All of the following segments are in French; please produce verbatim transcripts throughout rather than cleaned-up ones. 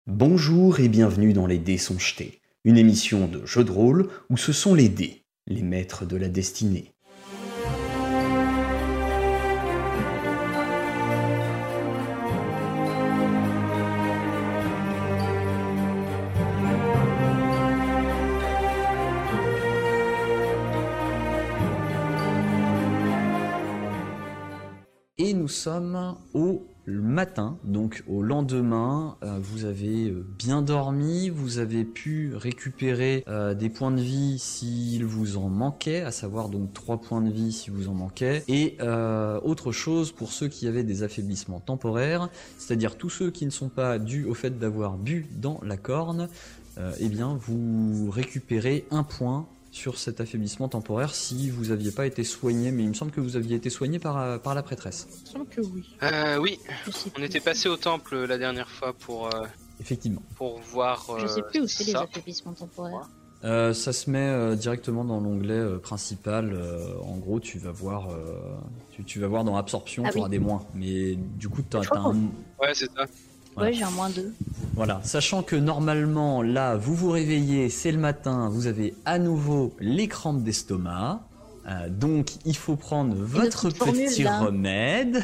Bonjour et bienvenue dans Les Dés sont jetés, une émission de jeu de rôle où ce sont les dés, les maîtres de la destinée. Et nous sommes au matin, donc au lendemain, euh, vous avez euh, bien dormi, vous avez pu récupérer euh, des points de vie s'il vous en manquait, à savoir donc trois points de vie si vous en manquait, et euh, autre chose pour ceux qui avaient des affaiblissements temporaires, c'est-à-dire tous ceux qui ne sont pas dus au fait d'avoir bu dans la corne, euh, eh bien vous récupérez un point sur cet affaiblissement temporaire si vous n'aviez pas été soigné, mais il me semble que vous aviez été soigné par, par la prêtresse. Il me semble que oui. Euh, oui, Je sais on plus. était passé au temple la dernière fois pour, euh, Effectivement. pour voir euh, Je sais plus où c'est les ça. affaiblissements temporaires. Euh, ça se met euh, directement dans l'onglet euh, principal. Euh, en gros, tu vas voir, euh, tu, tu vas voir dans absorption, Ah tu auras oui. des moins. Mais du coup, t'as, Je crois t'as un... Ouais, c'est ça. Voilà. Ouais, j'ai un moins deux. Voilà, sachant que normalement, là, vous vous réveillez, c'est le matin, vous avez à nouveau les crampes d'estomac. Euh, donc, il faut prendre votre petite formule, petit là. remède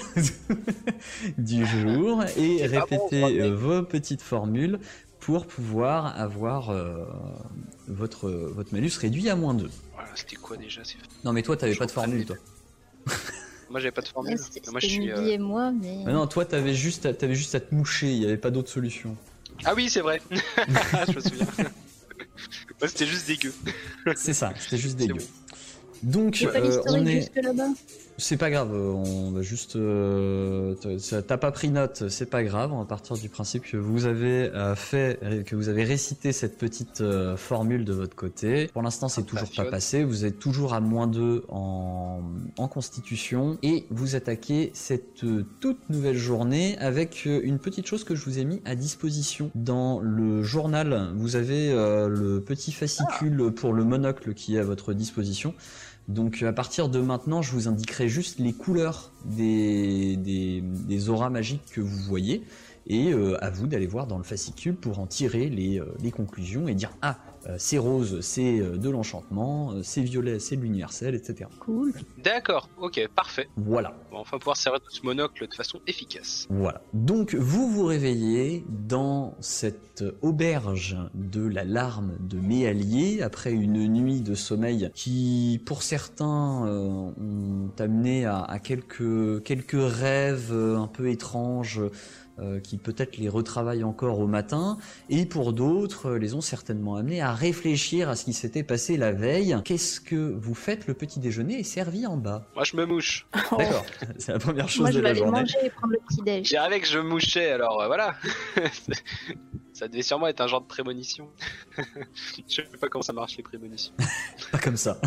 du jour et C'est pas bon, répéter ce remède. euh, vos petites formules pour pouvoir avoir euh, votre, votre malus réduit à moins deux. Voilà, c'était quoi déjà c'est- Non, mais toi, t'avais Je pas de reprends formule, les toi. Moi j'avais pas de formule. Ouais, C'était Moi je c'était suis. Midi euh, et moi, mais... Ah non, toi, t'avais juste, à- t'avais juste à te moucher, il n'y avait pas d'autre solution. Ah oui, c'est vrai. Je me souviens. Moi c'était juste dégueu. C'est ça, c'était juste C'est dégueu. bon. Donc, J'ai pas euh, l'historique on est... jusque là-bas. C'est pas grave, euh, on va juste. euh, t'as- ça- T'as pas pris note, c'est pas grave. On va partir du principe que vous avez euh, fait, que vous avez récité cette petite euh, formule de votre côté. Pour l'instant, c'est Ah, toujours pas passionne. passé. Vous êtes toujours à moins deux en, en constitution et vous attaquez cette euh, toute nouvelle journée avec euh, une petite chose que je vous ai mis à disposition dans le journal. Vous avez euh, le petit fascicule pour le monocle qui est à votre disposition. Donc à partir de maintenant, je vous indiquerai juste les couleurs des, des, des auras magiques que vous voyez. Et euh, à vous d'aller voir dans le fascicule pour en tirer les, euh, les conclusions et dire « Ah, euh, c'est rose, c'est euh, de l'enchantement, euh, c'est violet, c'est de l'universel, et cetera Cool. D'accord, ok, parfait. » Voilà. On va enfin pouvoir servir de ce monocle de façon efficace. Voilà. Donc vous vous réveillez dans cette auberge de la larme de Méallier après une nuit de sommeil qui, pour certains, euh, ont amené à, à quelques, quelques rêves euh, un peu étranges euh, qui peut-être les retravaillent encore au matin, et pour d'autres euh, les ont certainement amenés à réfléchir à ce qui s'était passé la veille. Qu'est-ce que vous faites? Le petit déjeuner est servi en bas. Moi je me mouche. D'accord, c'est la première chose Moi, de je vais la aller journée. manger et prendre le petit déj. J'ai rêvé que je mouchais, alors euh, voilà. Ça devait sûrement être un genre de prémonition. Je sais pas comment ça marche les prémonitions. Pas comme ça.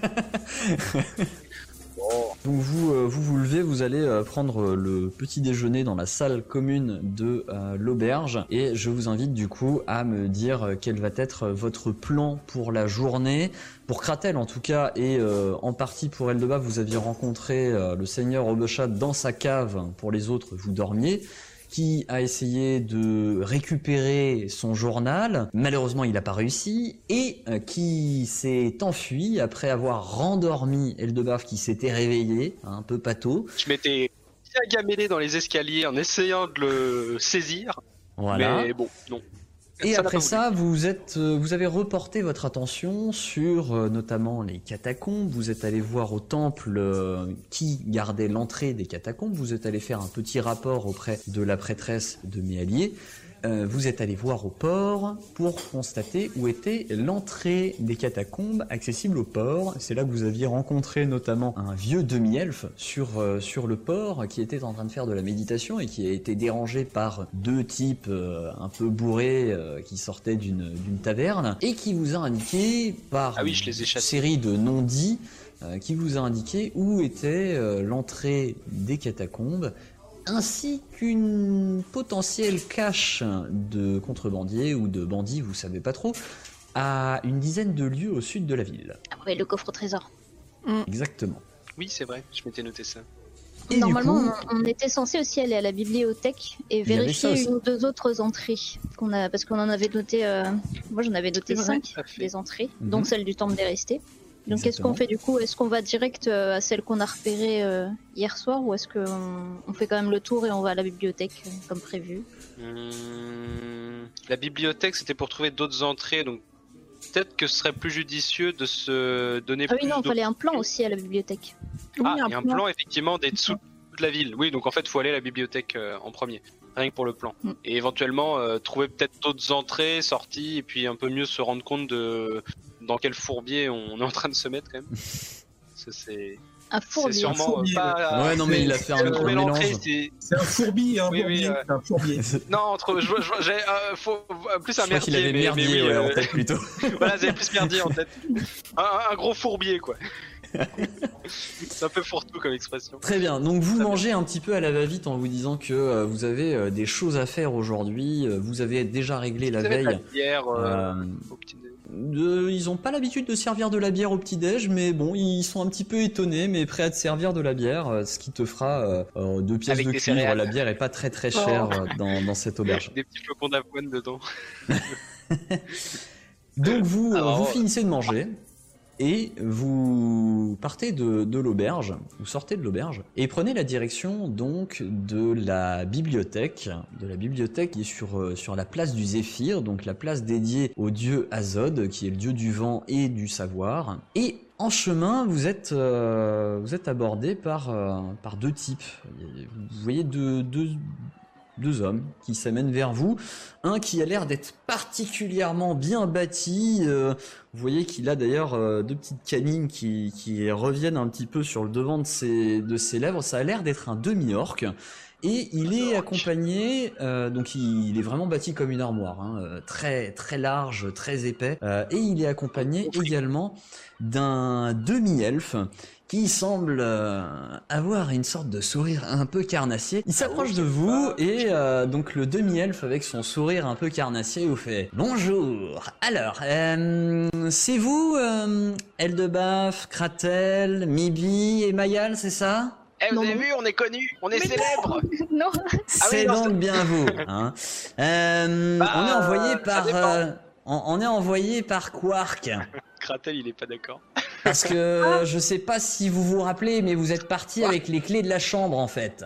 Bon. Donc vous, euh, vous vous levez, vous allez euh, prendre le petit déjeuner dans la salle commune de euh, l'auberge et je vous invite du coup à me dire euh, quel va être votre plan pour la journée. Pour Kratel en tout cas et euh, en partie pour Eldeba, vous aviez rencontré euh, le seigneur Obechat dans sa cave. Pour les autres, vous dormiez. Qui a essayé de récupérer son journal, malheureusement il n'a pas réussi, et euh, qui s'est enfui après avoir rendormi Eldebaf qui s'était réveillé, un peu pâteau. Je m'étais bien gamellé dans les escaliers en essayant de le saisir. Voilà. Mais bon, non. Et Ça n'a après pas ça, vous êtes, euh, vous avez reporté votre attention sur euh, notamment les catacombes. Vous êtes allé voir au temple euh, qui gardait l'entrée des catacombes. Vous êtes allé faire un petit rapport auprès de la prêtresse de Méallier. Euh, vous êtes allé voir au port pour constater où était l'entrée des catacombes accessible au port. C'est là que vous aviez rencontré notamment un vieux demi-elfe sur, euh, sur le port qui était en train de faire de la méditation et qui a été dérangé par deux types euh, un peu bourrés euh, qui sortaient d'une d'une taverne et qui vous a indiqué par Ah oui, je les ai une chassés. série de non-dits euh, qui vous a indiqué où était euh, l'entrée des catacombes ainsi qu'une potentielle cache de contrebandiers ou de bandits, vous savez pas trop, à une dizaine de lieues au sud de la ville. Ah ouais, le coffre au trésor. Exactement. Oui, c'est vrai, je m'étais noté ça. Et Normalement, du coup, on, on était censé aussi aller à la bibliothèque et Il y avait ça vérifier aussi. une ou deux autres entrées. Qu'on a, parce qu'on en avait noté. euh, Moi, j'en avais noté C'est vrai, cinq tout à fait. des entrées, Mhm. donc celle du Temple des Restés. Donc, qu'est-ce qu'on Exactement. fait du coup? Est-ce qu'on va direct euh, à celle qu'on a repérée euh, hier soir ou est-ce qu'on on fait quand même le tour et on va à la bibliothèque euh, comme prévu? Hum, La bibliothèque, c'était pour trouver d'autres entrées, donc peut-être que ce serait plus judicieux de se donner Ah oui, plus non, il d'op- fallait un plan aussi à la bibliothèque. Oui, Ah, un et un plan. plan effectivement d'être sous toute la ville. Oui, donc en fait, il faut aller à la bibliothèque euh, en premier, rien que pour le plan. Mm. Et éventuellement euh, trouver peut-être d'autres entrées, sorties, et puis un peu mieux se rendre compte de dans quel fourbier on est en train de se mettre quand même. Parce que c'est Un c'est fourbier. sûrement fourbier, pas. Ouais, non, mais il a fait un, euh, trouver un l'entrée, mélange. c'est C'est un fourbi et un Oui, oui, bourbier. ouais. C'est un fourbier. non entre je, je- j'ai euh, faut plus Je un crois qu'il merdier, avait mais, merdier mais oui, ouais, euh, en tête plutôt. voilà, j'avais plus merdier en tête. Un, un- un gros fourbier quoi. C'est un peu fourre-tout comme expression. Très bien, donc vous Très mangez un petit peu à la va-vite en vous disant que euh, vous avez euh, des choses à faire aujourd'hui, euh, vous avez déjà réglé la Vous avez de veille. la bière euh, Euh, au petit déjeuner. de- ils ont pas l'habitude de servir de la bière au petit-déj, mais bon, ils sont un petit peu étonnés, mais prêts à te servir de la bière, euh, ce qui te fera euh, euh, deux pièces Avec de des cuivre. céréales. La bière est pas très très chère Oh. euh, dans, dans cette auberge. Des petits flocons d'avoine dedans. Donc vous, euh, Alors, vous euh, finissez de manger et vous partez de, de l'auberge, vous sortez de l'auberge et prenez la direction donc de la bibliothèque, de la bibliothèque qui est sur, euh, sur la place du Zéphyr, donc la place dédiée au dieu Azod, qui est le dieu du vent et du savoir. Et en chemin, vous êtes, euh, vous êtes abordé par, euh, par deux types. Vous voyez deux, deux, deux hommes qui s'amènent vers vous. Un qui a l'air d'être particulièrement bien bâti. euh, vous voyez qu'il a d'ailleurs euh, deux petites canines qui, qui reviennent un petit peu sur le devant de ses, de ses lèvres. Ça a l'air d'être un demi-orc. Et il est accompagné, euh, donc il, il est vraiment bâti comme une armoire, hein, euh, très très large, très épais. Euh, et il est accompagné également d'un demi-elfe qui semble euh, avoir une sorte de sourire un peu carnassier. Il s'approche de vous et euh, donc le demi-elfe avec son sourire un peu carnassier vous fait « Bonjour, alors, euh, c'est vous, euh, Eldebaf, Kratel, Mibi et Mayal, c'est ça ?» Eh, vous Non, avez non. vu, on est connus, on est célèbres. Non, C'est non, donc c'est- bien vous. Hein. Euh, Bah, on est envoyé ça par... dépend. euh, on, on est envoyé par Quark. Kratel, il est pas d'accord. Parce que euh, je sais pas si vous vous rappelez, mais vous êtes parti avec les clés de la chambre en fait.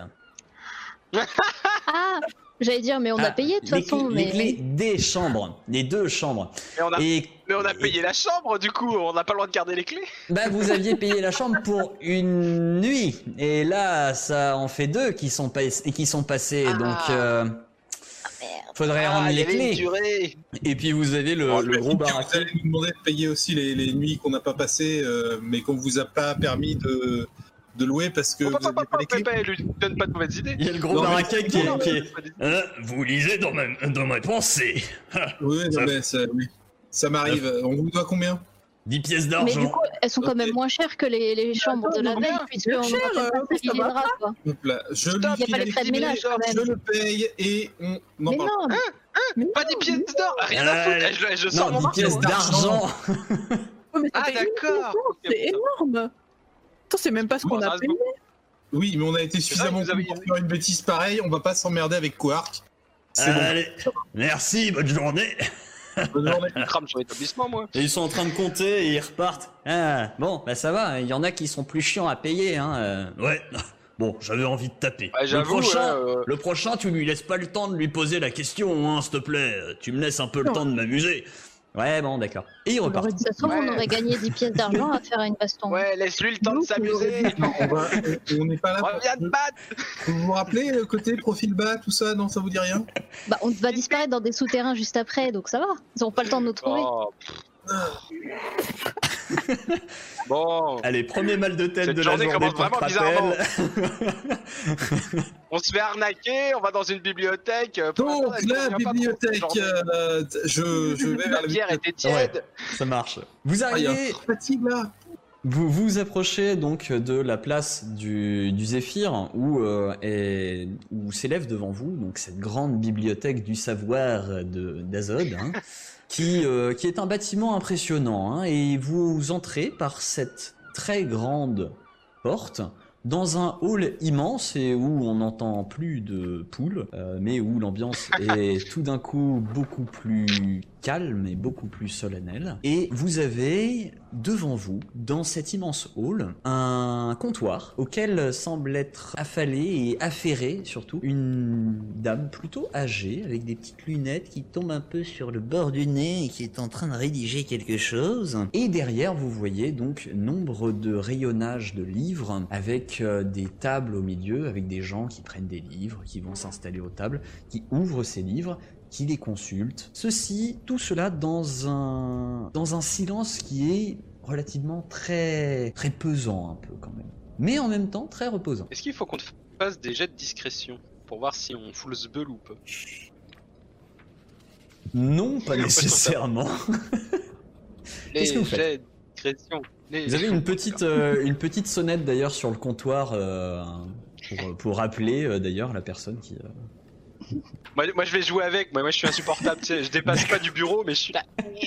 ah, j'allais dire, mais on Ah, a payé de toute les, façon. clés, mais... les clés des chambres, les deux chambres. Mais on a, Et mais on a payé la chambre, du coup, on n'a pas le droit de garder les clés. bah vous aviez payé la chambre pour une nuit, et là ça en fait deux qui sont pas et qui sont passés, Ah. donc euh, faudrait rendre Ah, il y les avait une clés. durée. Et puis vous avez le, Oh, le je gros me dis que Vous baraquet. allez nous demander de payer aussi les, les nuits qu'on n'a pas passées, euh, mais qu'on vous a pas permis de, de louer parce que Papa, vous papa, n'aviez pas les papa, clés. lui donne pas de mauvaises idées. Il y a le gros Non, mais- baraquet qui est, Non, qui est- pas des- Euh, vous lisez dans, ma, dans mes pensées. Oui, non, Ça- mais ça, oui. Ça m'arrive. On vous doit combien? dix pièces Mais d'argent. du coup, elles sont quand Ok. même moins chères que les, les chambres de la non, veille, bien, puisqu'on bien va cher, peut-être euh, pas ça payer les va draps, quoi. Hop là, je Stop, lui y a file pas les les frais de clés, ménage, quand même. je le paye et on n'en Mais parle non, Mais Pas non, des pièces d'or, rien Euh, à foutre. Je, je sors Non, mon dix marteau. pièces d'argent. oh, mais ça Ah, fait une d'accord. fois, c'est énorme. Attends, c'est même pas ce qu'on ça a reste payé. Oui, mais on a été suffisamment vous avez- cons pour faire une bêtise pareille, on va pas s'emmerder avec Quark. C'est bon. Allez, merci, bonne journée. Bonne journée. Je crame son établissement, moi. Et ils sont en train de compter et ils repartent. Ah, bon, bah ça va, il y en a qui sont plus chiants à payer, hein. euh. Ouais, bon, j'avais envie de taper. Ouais, le, j'avoue, prochain, ouais, euh. le prochain, tu lui laisses pas le temps de lui poser la question, hein, s'il te plaît. Tu me laisses un peu le Non. temps de m'amuser. Ouais, bon, d'accord. Et ils On repartent. aurait de dit- toute façon, on Ouais. aurait gagné dix pièces d'argent à faire une baston. Ouais, laisse-lui le temps de Nous, s'amuser. Non, on va- on- on n'est pas là On pour... vient de battre. Vous vous rappelez le côté profil bas, tout ça? Non, ça vous dit rien? Bah, on va disparaître dans des souterrains juste après, donc ça va. Ils n'auront pas le temps de nous trouver. Oh. Bon, Allez, premier mal de tête Cette de la journée journée commence pour vraiment Kratel. on se fait arnaquer, on va dans une bibliothèque. euh, pour Donc, l'instant, elle la convient pas trop, bibliothèque, cette journée. euh, je, je vais vers La la bière bibliothèque. était tiède. Ça marche. Vous Ah, il y a arrivez, un fatigue là. vous vous approchez donc de la place du, du Zéphyr où, euh, est- où s'élève devant vous donc cette grande bibliothèque du savoir de d'Azod, hein, qui, euh, qui est un bâtiment impressionnant, hein, et vous entrez par cette très grande porte dans un hall immense et où on n'entend plus de poules, euh, mais où l'ambiance est tout d'un coup beaucoup plus calme et beaucoup plus solennelle. Et vous avez devant vous, dans cet immense hall, un comptoir auquel semble être affalée et affairée surtout une dame plutôt âgée avec des petites lunettes qui tombent un peu sur le bord du nez et qui est en train de rédiger quelque chose. Et derrière, vous voyez donc nombre de rayonnages de livres avec euh, des tables au milieu, avec des gens qui prennent des livres, qui vont s'installer aux tables, qui ouvrent ces livres, qui les consultent. Ceci, tout cela dans un, dans un silence qui est relativement très, très pesant un peu quand même. Mais en même temps, très reposant. Est-ce qu'il faut qu'on fasse des jets de discrétion pour voir si on fout le zbeul ou pas? Non, pas nécessairement. Qu'est-ce que vous faites? jets de discrétion. Les... Vous avez une petite, euh, une petite sonnette d'ailleurs sur le comptoir euh, pour, pour rappeler euh, d'ailleurs la personne qui... Euh... Moi, moi je vais jouer avec, moi, moi je suis insupportable, tu sais, je dépasse pas du bureau mais je suis là.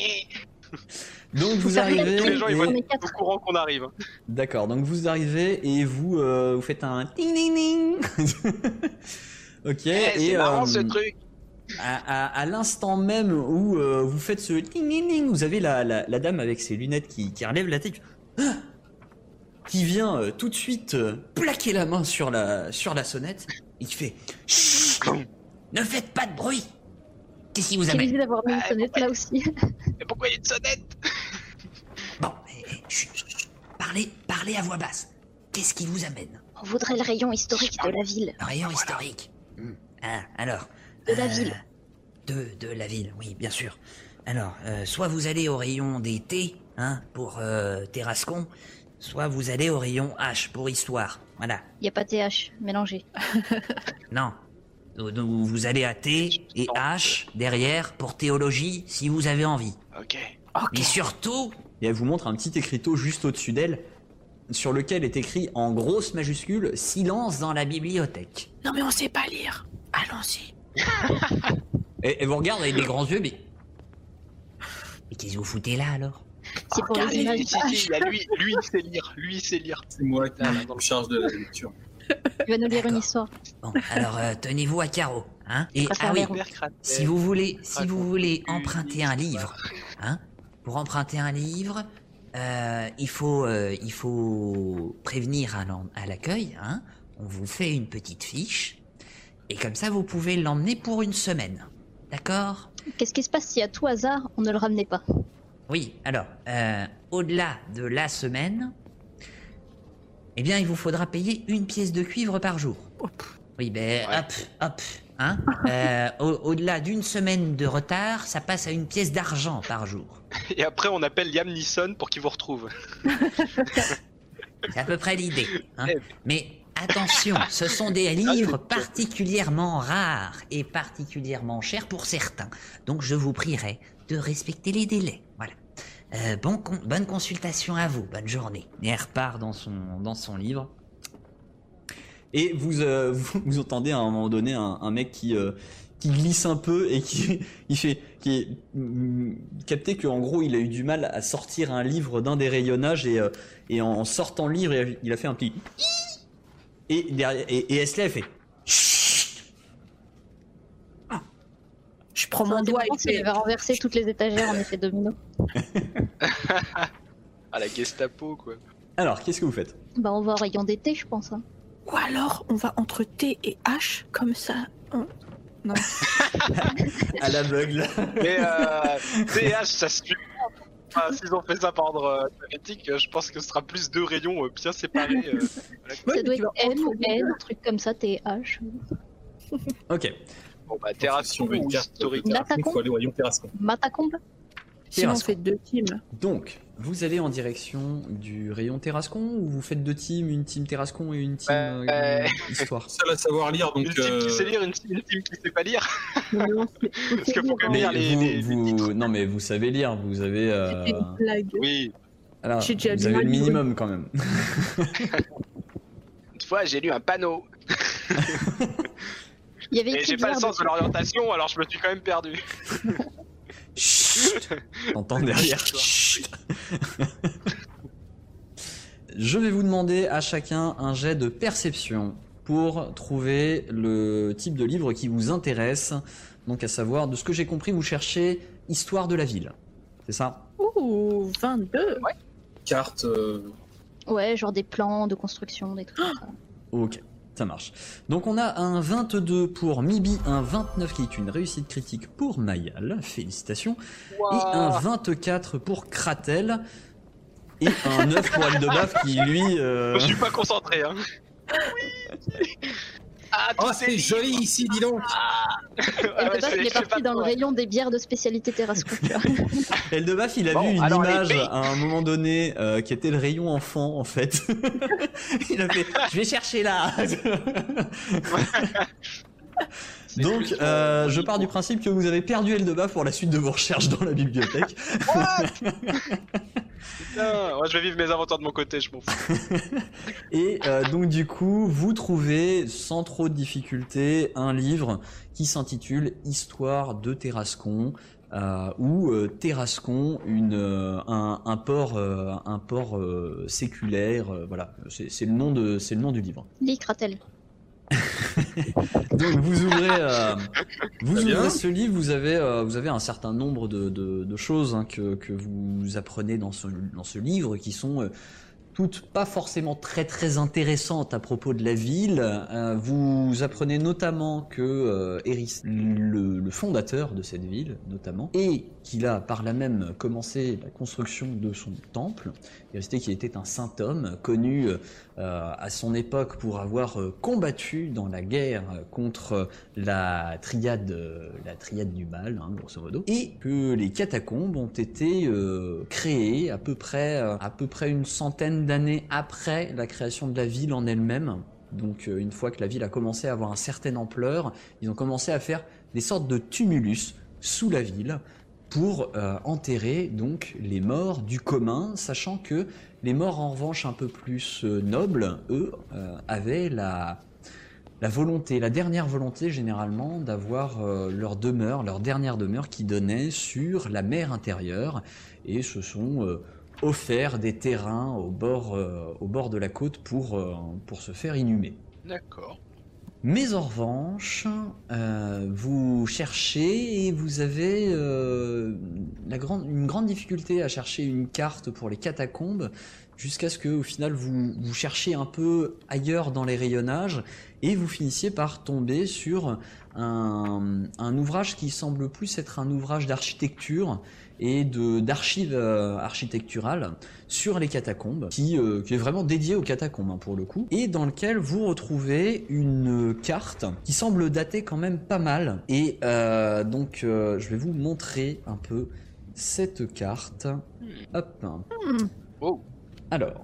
Donc vous Ça arrivez... Tous les gens ils et... vont On est être quatre. au courant qu'on arrive. hein. D'accord, donc vous arrivez et vous, euh, vous faites un ding ding ding. Ok, Eh, c'est et marrant euh, ce truc. à, à, à l'instant même où euh, vous faites ce ding ding ding, vous avez la, la, la dame avec ses lunettes qui, qui relève la tête, ah, qui vient euh, tout de suite euh, plaquer la main sur la, sur la sonnette et qui fait chut, ne faites pas de bruit. Qu'est-ce qui vous J'ai amène? l'idée d'avoir mis une Ah, sonnette pourquoi- là aussi. Mais pourquoi il y a une sonnette? Bon, eh, eh, chut, chut, chut. parlez, parlez à voix basse. Qu'est-ce qui vous amène? On voudrait le rayon historique de la ville. Le rayon historique. Hmm. Ah, alors. De la euh, ville. De, de la ville, oui, bien sûr. Alors, euh, soit vous allez au rayon des thés, hein, pour euh, Terrascon, soit vous allez au rayon H pour histoire. Voilà. Y a pas T H mélangé. Non. Donc, donc, vous allez à T et H derrière pour théologie si vous avez envie. Ok. Mais surtout... Et elle vous montre un petit écriteau juste au-dessus d'elle, sur lequel est écrit en grosses majuscules « Silence dans la bibliothèque ». Non mais on sait pas lire. Allons-y. Et elle vous regarde avec des grands yeux, mais... Mais qu'est-ce que vous foutez là, alors? C'est pour les Regardez, images. si, si, il y a lui, lui il sait lire, lui il sait lire. C'est moi qui Là, là, dans me le- charge de la lecture. Tu vas nous lire une D'accord. histoire. Bon, alors euh, tenez-vous à carreau, hein. Et préfère ah oui, les roues. si vous voulez, si vous Raconte voulez une emprunter un livre, hein, pour emprunter un livre, euh, il faut, euh, il faut prévenir à l'en- à l'accueil, hein. On vous fait une petite fiche, et comme ça vous pouvez l'emmener pour une semaine, d'accord? Qu'est-ce qui se passe si à tout hasard on ne le ramenait pas? Oui, alors, euh, au-delà de la semaine, eh bien, il vous faudra payer une pièce de cuivre par jour. Oui, ben, Ouais. hop, hop, hein. Euh, au- au-delà d'une semaine de retard, ça passe à une pièce d'argent par jour. Et après on appelle Liam Neeson pour qu'il vous retrouve. C'est à peu près l'idée, hein. Eh. Mais attention, ce sont des livres particulièrement rares et particulièrement chers pour certains. Donc, je vous prierai de respecter les délais. Voilà. Euh, bon con- bonne consultation à vous, bonne journée. Et elle repart dans son, dans son livre. Et vous, euh, vous, vous entendez à un moment donné un, un mec qui, euh, qui glisse un peu et qui il fait, qui est mm, capté qu'en gros il a eu du mal à sortir un livre d'un des rayonnages et, euh, et en sortant le livre il a, il a fait un petit et derrière et, et elle se lève et fait Chut. Je prends mon doigt et Il fais... va renverser toutes les étagères en effet domino. Ah la Gestapo quoi. Alors qu'est-ce que vous faites? Bah on va au rayon d'été je pense. Hein. Ou alors on va entre T et H comme ça. on- Non. À l'aveugle. Mais euh, T H ça se suit pas. Enfin, s'ils ont fait ça par ordre euh, alphabétique, euh, je pense que ce sera plus deux rayons euh, bien séparés. euh, voilà. Ouais, Ça doit tu vas être N entre ou les N, deux. un truc comme ça, T H. Ok. Bon bah Si Terrasson on veut une ou carte historique. de Là, Terrascon, t'as il faut aller au rayon Terrascon. Matacombe. Sinon on Terrascon. fait deux teams. Donc, vous allez en direction du rayon Terrascon ou vous faites deux teams, une team Terrascon et une team euh, Euh, histoire? Seul à savoir lire, donc Une team euh, qui sait lire, une team, une team qui sait pas lire. Non, mais on sait- on Parce sait qu'il faut lire, quand hein. même Mais lire les- vous, les- les vous- titres. non mais vous savez lire, vous avez, euh, C'était une blague. Oui. alors, J'ai déjà vous lu avez un le livre. minimum quand même. Une fois j'ai lu un panneau. Il y avait Et écrit j'ai pas le bizarre sens de dessus. l'orientation alors je me suis quand même perdu. Chut. T'entends derrière. Chut. Chut. je vais vous demander à chacun un jet de perception pour trouver le type de livre qui vous intéresse. Donc à savoir, de ce que j'ai compris, vous cherchez Histoire de la ville. C'est ça? Ouh, vingt-deux. Ouais. Carte. euh, Ouais, genre des plans de construction, des trucs comme ça. Ok, ça marche. Donc on a un vingt-deux pour Mibi, un vingt-neuf qui est une réussite critique pour Mayal, félicitations, Wow. et un vingt-quatre pour Kratel, et un neuf pour Eldebaf qui lui... euh, Je suis pas concentré, hein. Oui. Ah, Oh, tous c'est ces joli livres. ici, dis donc. Et Ah. Ouais, le ouais, débat, je il fais- est je fais parti pas dans le de- rayon des bières de spécialité Terrasco, tu vois. Eldebaf, il a Bon, vu une alors, les image pays. à un moment donné euh, qui était le rayon enfant en fait. Il a fait « je vais chercher là !» C'est Donc plus, euh, euh, je pars du principe que vous avez perdu Eldebaf pour la suite de vos recherches dans la bibliothèque. Putain, ouais, je vais vivre mes aventures de mon côté, je m'en fous. Et euh, donc du coup, vous trouvez sans trop de difficulté un livre qui s'intitule Histoire de Terrascon, euh, ou euh, Terrascon, une, euh, un, un port, euh, un port euh, séculaire. euh, voilà, c'est c'est le nom de, c'est le nom du livre. Lis Kratel. Donc vous ouvrez, euh, vous Très bien. ouvrez ce livre, vous avez, euh, vous avez un certain nombre de, de, de choses hein, que, que vous apprenez dans ce, dans ce livre qui sont euh, toutes pas forcément très très intéressantes à propos de la ville. Euh, vous apprenez notamment que euh, Eris, le, le fondateur de cette ville notamment, et qu'il a par là même commencé la construction de son temple. Eris qui était un saint homme connu euh, à son époque pour avoir euh, combattu dans la guerre contre la triade, euh, la triade du mal, hein, grosso modo, et que les catacombes ont été euh, créées à peu près, euh, à peu près une centaine d'années après la création de la ville en elle-même. Donc euh, une fois que la ville a commencé à avoir une certaine ampleur, ils ont commencé à faire des sortes de tumulus sous la ville pour euh, enterrer donc les morts du commun, sachant que les morts en revanche un peu plus euh, nobles, eux, euh, avaient la, la volonté, la dernière volonté généralement d'avoir euh, leur demeure, leur dernière demeure qui donnait sur la mer intérieure, et se sont euh, offert des terrains au bord, euh, au bord de la côte pour, euh, pour se faire inhumer. D'accord. Mais en revanche, euh, vous cherchez et vous avez euh, la grande, une grande difficulté à chercher une carte pour les catacombes jusqu'à ce que, au final, vous, vous cherchiez un peu ailleurs dans les rayonnages et vous finissiez par tomber sur un, un ouvrage qui semble plus être un ouvrage d'architecture et de d'archives euh, architecturales sur les catacombes, qui, euh, qui est vraiment dédié aux catacombes hein, pour le coup, et dans lequel vous retrouvez une carte qui semble dater quand même pas mal. Et euh, donc euh, je vais vous montrer un peu cette carte. Hop. Oh. Alors.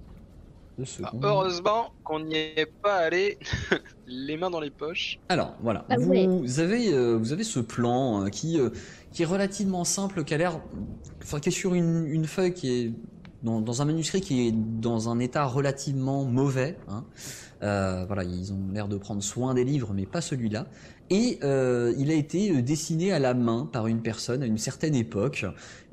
Deux Ah, secondes. heureusement qu'on n'y est pas allé les mains dans les poches. Alors voilà, Ah vous, ouais. avez, euh, vous avez ce plan euh, qui, euh, qui est relativement simple, qui a l'air, enfin qui est sur une, une feuille qui est dans, dans un manuscrit qui est dans un état relativement mauvais. Hein. Euh, voilà, ils ont l'air de prendre soin des livres, mais pas celui-là. Et euh, il a été dessiné à la main par une personne à une certaine époque.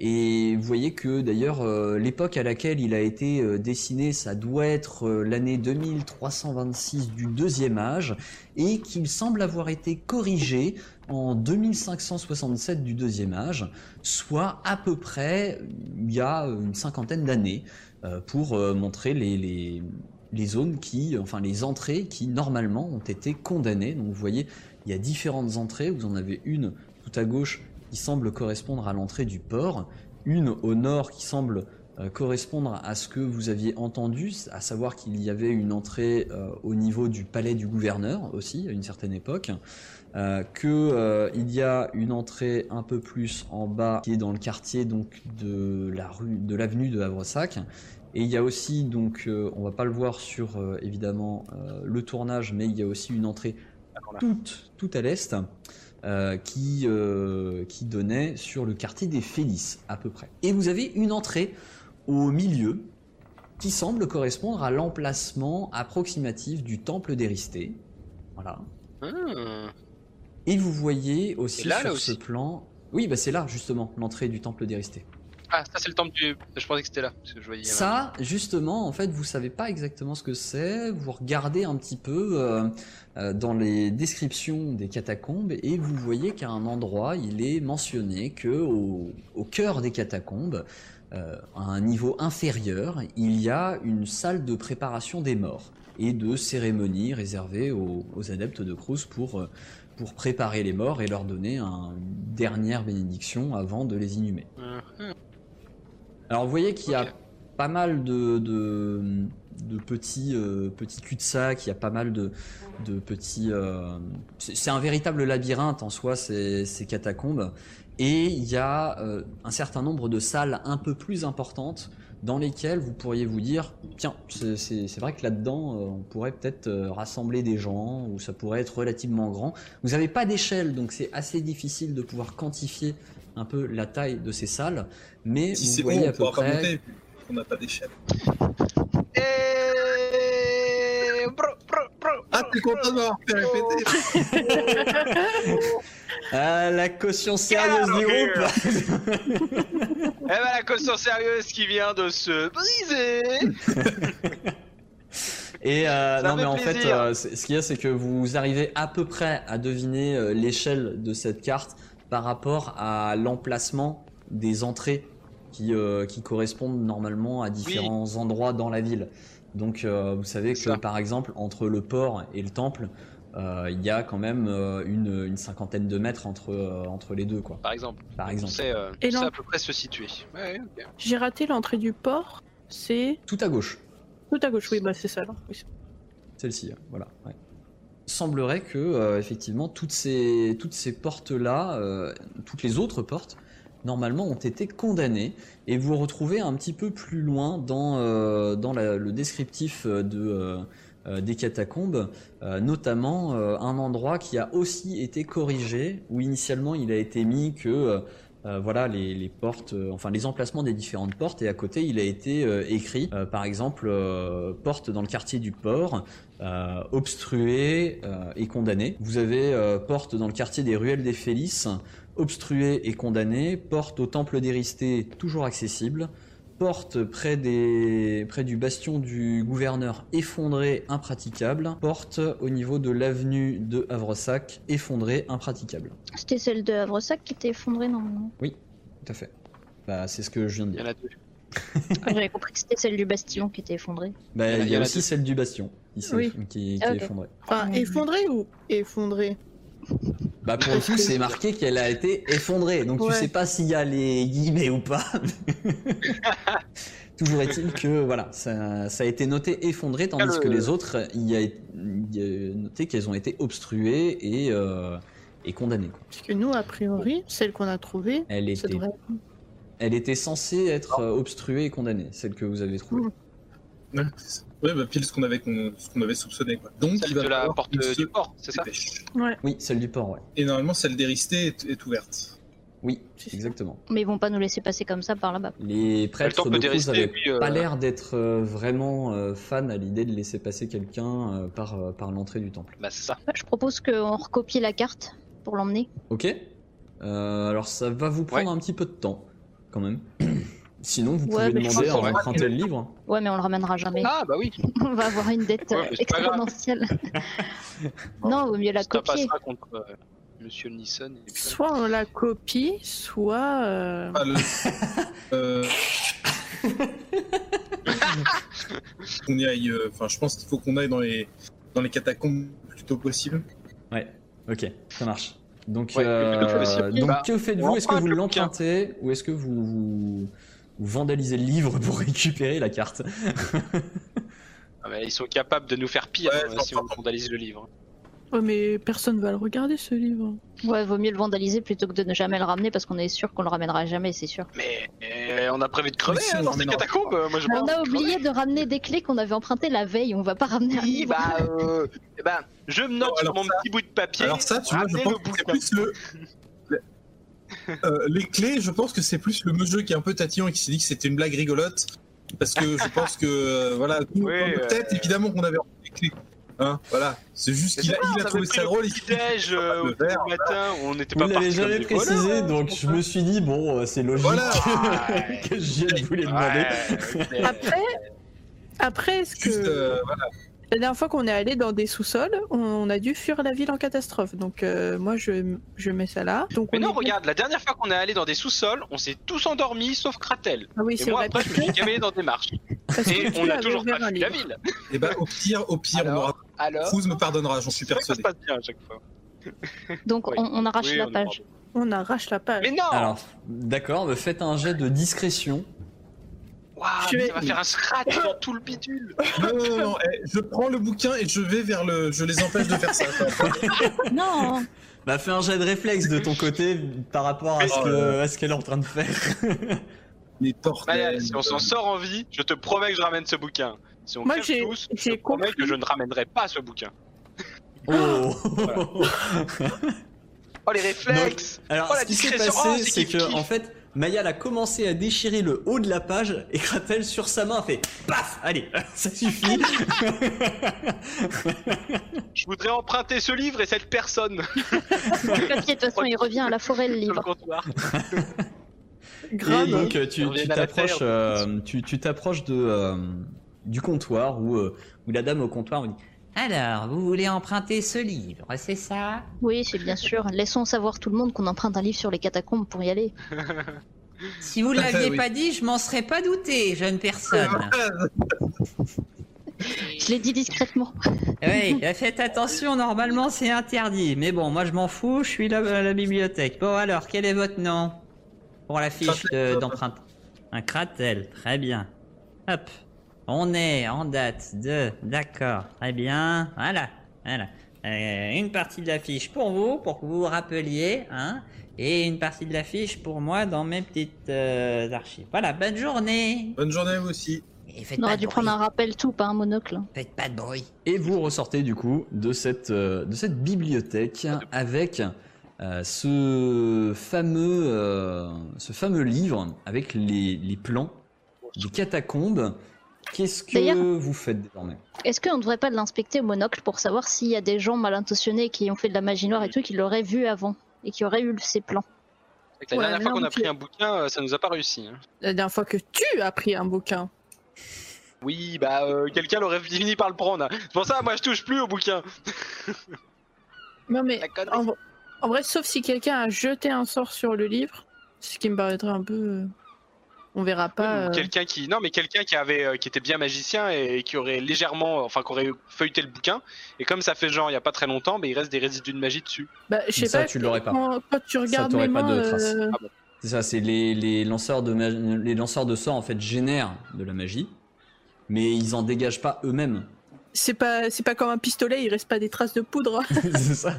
Et vous voyez que d'ailleurs euh, l'époque à laquelle il a été euh, dessiné, ça doit être euh, l'année deux mille trois cent vingt-six du deuxième âge, et qu'il semble avoir été corrigé en deux mille cinq cent soixante-sept du deuxième âge, soit à peu près il y a une cinquantaine d'années, euh, pour euh, montrer les, les, les zones qui, enfin les entrées qui normalement ont été condamnées. Donc vous voyez, il y a différentes entrées, vous en avez une tout à gauche qui semble correspondre à l'entrée du port, une au nord qui semble euh, correspondre à ce que vous aviez entendu, à savoir qu'il y avait une entrée euh, au niveau du palais du gouverneur aussi, à une certaine époque, euh, que euh, il y a une entrée un peu plus en bas qui est dans le quartier donc de la rue, de l'avenue de Havresac. Et il y a aussi, donc, euh, on va pas le voir sur euh, évidemment euh, le tournage, mais il y a aussi une entrée toute, toute à l'est, euh, qui, euh, qui donnait sur le quartier des Félices, à peu près. Et vous avez une entrée au milieu, qui semble correspondre à l'emplacement approximatif du temple d'Éristée. Voilà. Hmm. Et vous voyez aussi Et là, sur là ce aussi. plan... Oui, bah c'est là, justement, l'entrée du temple d'Éristée. Ah, ça c'est le temple du. Je pensais que c'était là. Parce que je voyais, Ça, justement, en fait, vous savez pas exactement ce que c'est. Vous regardez un petit peu euh, euh, dans les descriptions des catacombes et vous voyez qu'à un endroit, il est mentionné que au, au cœur des catacombes, euh, à un niveau inférieur, il y a une salle de préparation des morts et de cérémonies réservées aux, aux adeptes de Crous pour euh, pour préparer les morts et leur donner un- une dernière bénédiction avant de les inhumer. Mhm. Alors vous voyez qu'il y a Ok. pas mal de, de, de petits, euh, petits cul-de-sac, il y a pas mal de, de petits... euh, c'est c'est un véritable labyrinthe en soi, ces, ces catacombes. Et il y a euh, un certain nombre de salles un peu plus importantes dans lesquelles vous pourriez vous dire, tiens, c'est c'est- c'est vrai que là-dedans, euh, on pourrait peut-être euh, rassembler des gens, ou ça pourrait être relativement grand. Vous n'avez pas d'échelle, donc c'est assez difficile de pouvoir quantifier un peu la taille de ces salles, mais Si vous c'est bon, voyez on à peu pourra pas près... monter, on n'a pas d'échelle. Et... Bro, bro, bro, Ah, t'es content de m'avoir fait répéter. Ah, la caution sérieuse du groupe. Eh ben la caution sérieuse qui vient de se briser. Et euh, Ça non, fait mais en fait, plaisir. euh, c'est- ce qu'il y a, c'est que vous arrivez à peu près à deviner euh, l'échelle de cette carte par rapport à l'emplacement des entrées qui, euh, qui correspondent normalement à différents endroits dans la ville. Donc, euh, vous savez que Ça. par exemple, entre le port et le temple, euh, il y a quand même euh, une, une cinquantaine de mètres entre, euh, entre les deux, quoi. Par exemple. Par On exemple. sait, euh, Et on sait non. à peu près se situer. Ouais, ok. J'ai raté l'entrée du port. C'est Tout à gauche. tout à gauche. Oui, bah c'est ça. Là. Oui. Celle-ci, voilà. Ouais. Semblerait que euh, effectivement toutes ces toutes ces portes-là, euh, toutes les autres portes, normalement ont été condamnées. Et vous vous retrouvez un petit peu plus loin dans euh, dans la- le descriptif de euh, euh, des catacombes, euh, notamment euh, un endroit qui a aussi été corrigé, où initialement il a été mis que euh, euh, voilà les, les portes, euh, enfin les emplacements des différentes portes, et à côté il a été euh, écrit, euh, par exemple, euh, porte dans le quartier du port, euh, obstruée euh, et condamnée. Vous avez euh, porte dans le quartier des ruelles des Félices, obstruée et condamnée. Porte au temple d'Éristé, toujours accessible. Porte près, des... près du bastion du gouverneur, effondrée, impraticable. Porte au niveau de l'avenue de Havresac, effondrée, impraticable. C'était celle de Havresac qui était effondrée normalement. Oui, tout à fait. Bah, c'est ce que je viens de Il y dire. en a deux. Ah, j'avais compris que c'était celle du Bastion qui était effondrée. Bah, Il y en a- il y il y a en a aussi deux. celle du bastion qui, s'est- Oui. qui, qui Ah, est ok. effondrée. Enfin, effondré ou effondré? Bah pour le coup, c'est marqué qu'elle a été effondrée, donc tu Ouais. sais pas s'il y a les guillemets ou pas. Toujours est-il que voilà, ça, ça a été noté effondré, tandis Ah, le- que les autres, il y a, il y a noté qu'elles ont été obstruées et, euh, et condamnées, quoi. Parce que nous, a priori, celle qu'on a trouvée, Elle ça était, devrait. elle était censée être euh, obstruée et condamnée, celle que vous avez trouvée. Mm. Ouais, c'est ça. Ouais, bah pile ce qu'on avait, qu'on- ce qu'on avait soupçonné. Quoi. Donc, Celle il va de la falloir porte qu'il euh, se du port, c'est ça? dépêche. Ouais. Oui, celle du port, ouais. Et normalement, celle d'Éristé est, est ouverte. Oui, C'est ça. exactement. Mais ils vont pas nous laisser passer comme ça par là-bas. Les prêtres temple de des Cruz restés, n'avaient lui, euh, pas l'air d'être euh, vraiment euh, fans à l'idée de laisser passer quelqu'un euh, par, euh, par l'entrée du temple. Bah c'est ça. Bah, je propose qu'on recopie la carte pour l'emmener. Ok. Euh, alors ça va vous prendre Ouais. un petit peu de temps, quand même. Sinon, vous Ouais, pouvez mais je demander à pense qu'on va- emprunter le livre. Ouais, mais on le ramènera jamais. Ah bah oui. On va avoir une dette Ouais, euh, mais c'est pas grave. exponentielle. Non, vaut mieux la Ça copier. passera contre euh, Monsieur Nisson. Et puis, Soit on la copie, soit. euh, Ah, le... euh... qu'on y aille. euh, Enfin, je pense qu'il faut qu'on aille dans les dans les catacombes le plus tôt possible. Ouais. Ok, ça marche. Donc, Ouais, euh, le plus possible. donc Bah, que faites-vous? on Est-ce que emprunte vous le bouquin. l'empruntez ou est-ce que vous, vous, vous vandalisez le livre pour récupérer la carte? Ah, mais ils sont capables de nous faire pire Ouais, hein, j'en si on prends. vandalise le livre. Ouais, mais personne va le regarder ce livre. Ouais, vaut mieux le vandaliser plutôt que de ne jamais le ramener parce qu'on est sûr qu'on le ramènera jamais, c'est sûr. Mais euh, on a prévu de crever Mais si, hein, on dans ces ramènera. catacombes. Moi je On pense. a oublié de ramener des clés qu'on avait empruntées la veille, on va pas ramener un Oui, livre. bah, euh, eh ben, je me note Non, sur alors mon ça- petit bout de papier. Alors ça, tu vois, je ramenez pense le que c'est bouquin. plus le... le- Euh, les clés, je pense que c'est plus le jeu qui est un peu tatillon et qui s'est dit que c'était une blague rigolote. Parce que je pense que, euh, voilà, nous, Oui, dans notre tête, euh, évidemment qu'on avait envie des clés. Hein, voilà. C'est juste qu'il a, il a trouvé ça drôle. Petit déj euh, Le au verre, matin, on n'était Vous pas ne parti l'avez jamais comme des voleurs, précisé, hein, donc je me suis dit, bon, euh, c'est logique Voilà. que je vienne vous les demander. Ouais, ok. Après, après, est-ce que Juste, euh, voilà. la dernière fois qu'on est allé dans des sous-sols, on a dû fuir la ville en catastrophe. Donc euh, moi, je, je mets ça là. Donc Mais on non, est- regarde, la dernière fois qu'on est allé dans des sous-sols, on s'est tous endormis sauf Kratel. Ah oui, Et c'est moi vrai. après, je me suis gavé dans des marches. Parce que Et tu on a avais toujours ouvert pas un fui la livre. ville. Et bah, au pire, au pire, on Alors, aura. alors, Fouz me pardonnera, j'en suis c'est vrai que ça persuadé. se passe bien à chaque fois. Donc Oui. on, on arrache Oui, la on est page. bravo. On arrache la page. Mais non. Alors, d'accord, mais faites un jet de discrétion. Waouh, Je mais vais- ça va faire un scratch dans tout le bidule. Non, non, non, non, eh, je prends le bouquin et je vais vers le. Je les empêche de faire ça. Non. Bah, fais un jet de réflexe de ton côté par rapport à ce Oh que- là là. à ce qu'elle est en train de faire. Les Allez, bordel. allez, si on s'en sort en vie, je te promets que je ramène ce bouquin. Si on Moi, crève j'ai- tous, je j'ai te promets compris. que je ne ramènerai pas ce bouquin. Oh Oh les réflexes. Alors, Oh, la ce qui s'est discrétion. passé, Oh, c'est c'est kiff, que, kiff. en fait, Mayal a commencé à déchirer le haut de la page et Kratel, sur sa main, a fait paf. Allez, ça suffit. Je voudrais emprunter ce livre et cette personne Le papier, de toute façon, il revient à la forêt le sur le livre. comptoir. Grave. Et donc, euh, tu On revient tu à la t'approches, terre. euh, tu tu t'approches de euh, du comptoir où euh, où la dame au comptoir vous dit. Alors, vous voulez emprunter ce livre, c'est ça? Oui, c'est bien sûr. Laissons savoir tout le monde qu'on emprunte un livre sur les catacombes pour y aller. Si vous Tout à fait, l'aviez oui. pas dit, je m'en serais pas douté, jeune personne. Je l'ai dit discrètement. Oui, faites attention, normalement c'est interdit. Mais bon, moi je m'en fous, je suis là à la bibliothèque. Bon alors, quel est votre nom pour la fiche de- d'empreinte? Un Kratel, très bien. Hop, on est en date de... D'accord, très bien. Voilà, voilà. Euh, une partie de la fiche pour vous, pour que vous vous rappeliez, hein. Et une partie de la fiche pour moi dans mes petites euh, archives. Voilà, bonne journée. Bonne journée à vous aussi. Et faites On pas aurait de dû bruit. prendre un rappel tout, pas un monocle. Faites pas de bruit. Et vous ressortez du coup de cette, euh, de cette bibliothèque avec euh, ce, fameux, euh, ce fameux livre avec les, les plans des catacombes. Qu'est-ce que D'ailleurs- vous faites désormais? Est-ce qu'on ne devrait pas l'inspecter au monocle pour savoir s'il y a des gens mal intentionnés qui ont fait de la magie noire et tout, qui l'auraient vu avant et qui auraient eu ces plans? C'est que La Ouais, dernière fois non, qu'on a puis- pris un bouquin, euh, ça nous a pas réussi. hein. La dernière fois que tu as pris un bouquin. Oui, bah euh, quelqu'un l'aurait fini par le prendre. C'est pour ça, moi je touche plus au bouquin. Non mais La connerie. en, en vrai, sauf si quelqu'un a jeté un sort sur le livre, ce qui me paraîtrait un peu... euh, On verra pas... Ou euh, Quelqu'un qui, non mais quelqu'un qui avait, euh, qui était bien magicien et qui aurait légèrement, enfin qui aurait feuilleté le bouquin. Et comme ça fait genre il y a pas très longtemps, mais il reste des résidus de magie dessus. Bah, je sais Ça, pas, tu l'aurais pas. Quand, quand tu regardes t'aurait mes pas de mains, traces. euh, Ah bon. C'est ça, c'est les, les lanceurs de mag- les lanceurs de sorts en fait génèrent de la magie, mais ils en dégagent pas eux-mêmes. c'est pas, c'est pas comme un pistolet, il reste pas des traces de poudre. C'est ça.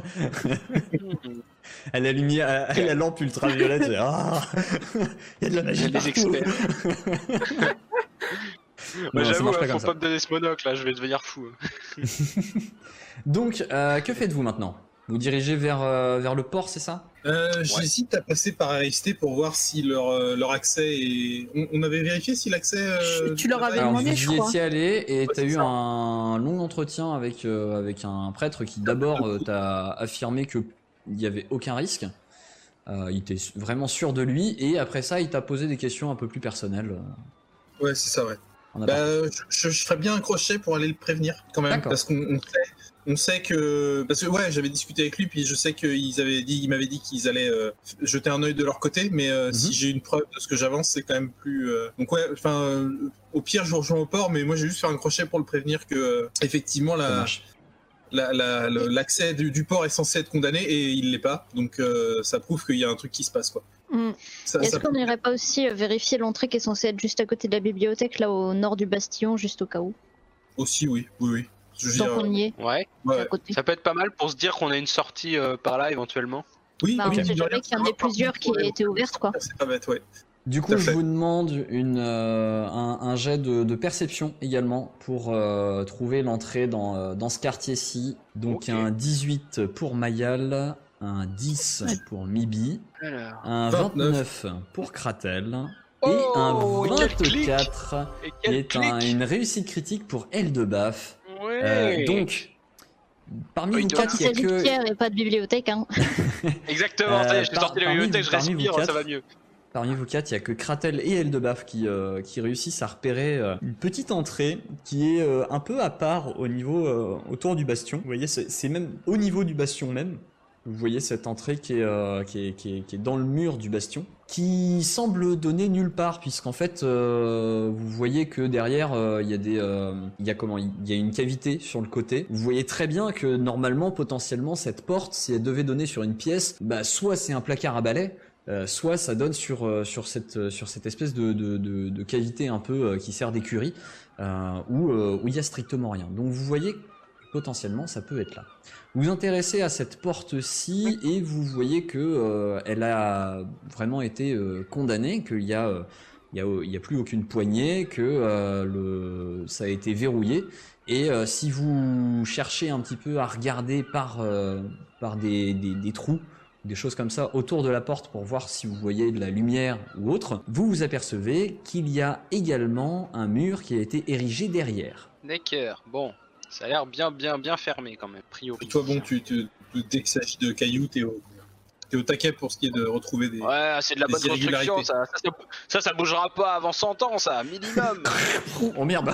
À la lumière, à la lampe ultraviolette, c'est ah, il y a de la magie J'ai des partout. experts. Non, Bah, ça J'avoue, marche pas euh, comme faut ça. pas me donner ce monocle là, je vais devenir fou. Donc, euh, que faites-vous maintenant? Vous dirigez vers, euh, vers le port, c'est ça? Euh, J'hésite à passer par R S T pour voir si leur, euh, leur accès est. On, on avait vérifié si l'accès. euh, Tu leur là-bas avais est- Alors, demandé, vous je y crois. étiez allé et Ouais, t'as c'est eu ça. un long entretien avec, euh, avec un prêtre qui d'abord euh, t'a affirmé que il n'y avait aucun risque. Euh, il était vraiment sûr de lui et après ça, il t'a posé des questions un peu plus personnelles. euh, Ouais, c'est ça, ouais. en aparté. Bah, je, je ferais bien un crochet pour aller le prévenir quand même, D'accord. parce qu'on on sait, on sait que, parce que ouais, j'avais discuté avec lui, puis je sais qu'ils avaient dit, il m'avait dit qu'ils allaient euh, jeter un œil de leur côté, mais euh, Mhm. si j'ai une preuve de ce que j'avance, c'est quand même plus. euh, Donc ouais, enfin, euh, au pire, je vous rejoins au port, mais moi, j'ai juste fait un crochet pour le prévenir que euh, effectivement Ça la, marche. la- la- le- l'accès du, du port est censé être condamné et il l'est pas, donc euh, ça prouve qu'il y a un truc qui se passe quoi. Mm. Ça, Est-ce ça- qu'on n'irait pas aussi euh, vérifier l'entrée qui est censée être juste à côté de la bibliothèque, là au nord du bastion, juste au cas où? Aussi, oui, oui, oui. Je veux Tant dire, qu'on y est, Ouais. ouais. c'est à côté. Ça peut être pas mal pour se dire qu'on a une sortie euh, par là éventuellement. Oui, Bah, ok, on sait mine de jamais rien, qu'il y en ça ait va, par plusieurs contre, qui ouais, aient été ouvertes, quoi. C'est pas bête, ouais. Du coup, Tout à je fait. vous demande une, euh, un, un jet de, de perception également pour euh, trouver l'entrée dans, euh, dans ce quartier-ci. Donc Ok. un dix-huit pour Mayal, un dix pour Mibi, Alors. un vingt-neuf. vingt-neuf pour Kratel Oh, et un et quel clic. vingt-quatre Et qui quel est un- clic. une réussite critique pour Eldebaf. Ouais. Euh, donc, parmi Oui, vous il quatre, Il il y a s'agit de que... Pierre et pas de bibliothèque. Hein. Exactement, Euh, ça y est, j'ai par- sorti la parmi bibliothèque, vous- je parmi vous respire, quatre, ça va mieux. Parmi vous quatre, il y a que Kratel et Eldebaf qui, euh, qui réussissent à repérer euh, une petite entrée qui est euh, un peu à part au niveau euh, autour du bastion. Vous voyez, c'est c'est même au niveau du bastion même. Vous voyez cette entrée qui est, euh, qui, est, qui, est, qui est dans le mur du bastion, qui semble donner nulle part, puisqu'en fait, euh, vous voyez que derrière, euh, il y a des, euh, il y a comment, il y a une cavité sur le côté. Vous voyez très bien que normalement, potentiellement, cette porte, si elle devait donner sur une pièce, bah soit c'est un placard à balai, euh, soit ça donne sur euh, sur cette euh, sur cette espèce de de, de, de cavité un peu euh, qui sert d'écurie, euh, où euh, où il y a strictement rien. Donc vous voyez, potentiellement, ça peut être là. Vous vous intéressez à cette porte-ci et vous voyez que euh, elle a vraiment été euh, condamnée, qu'il y a, euh, il y a, il y a plus aucune poignée, que euh, le, ça a été verrouillé. Et euh, si vous cherchez un petit peu à regarder par, euh, par des, des, des trous, des choses comme ça autour de la porte pour voir si vous voyez de la lumière ou autre, vous vous apercevez qu'il y a également un mur qui a été érigé derrière. D'accord, bon. Ça a l'air bien, bien, bien fermé quand même, priori. Et toi, bon, tu, tu, tu- dès qu'il s'agit de cailloux, t'es au, t'es au taquet pour ce qui est de retrouver des. Ouais, c'est de la des bonne construction, irrégularités. ça. Ça, ça, ça, ça bougera pas avant cent ans, ça, minimum. Oh merde.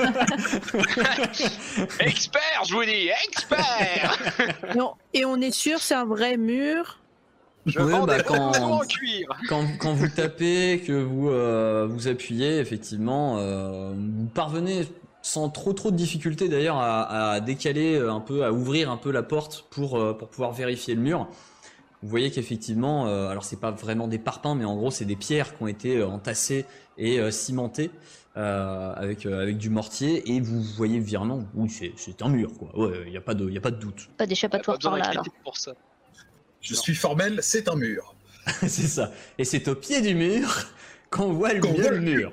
Expert, je vous dis, expert. Non, et on est sûr, c'est un vrai mur. Je Ouais, vends bah, des quand- pantalons en cuir. Quand, quand vous tapez, que vous euh, vous appuyez, effectivement, euh, vous parvenez sans trop trop de difficulté d'ailleurs à, à décaler un peu, à ouvrir un peu la porte pour euh, pour pouvoir vérifier le mur. Vous voyez qu'effectivement, euh, alors c'est pas vraiment des parpaings, mais en gros c'est des pierres qui ont été euh, entassées et euh, cimentées euh, avec euh, avec du mortier, et vous voyez virement, oui c'est c'est un mur quoi. Ouais, il y a pas de il y a pas de doute. Pas Pas d'échappatoire besoin par là d'un alors. critique pour ça. Je suis formel, c'est un mur. C'est ça. Et c'est au pied du mur qu'on voit le Qu'on mieux voit le le mur.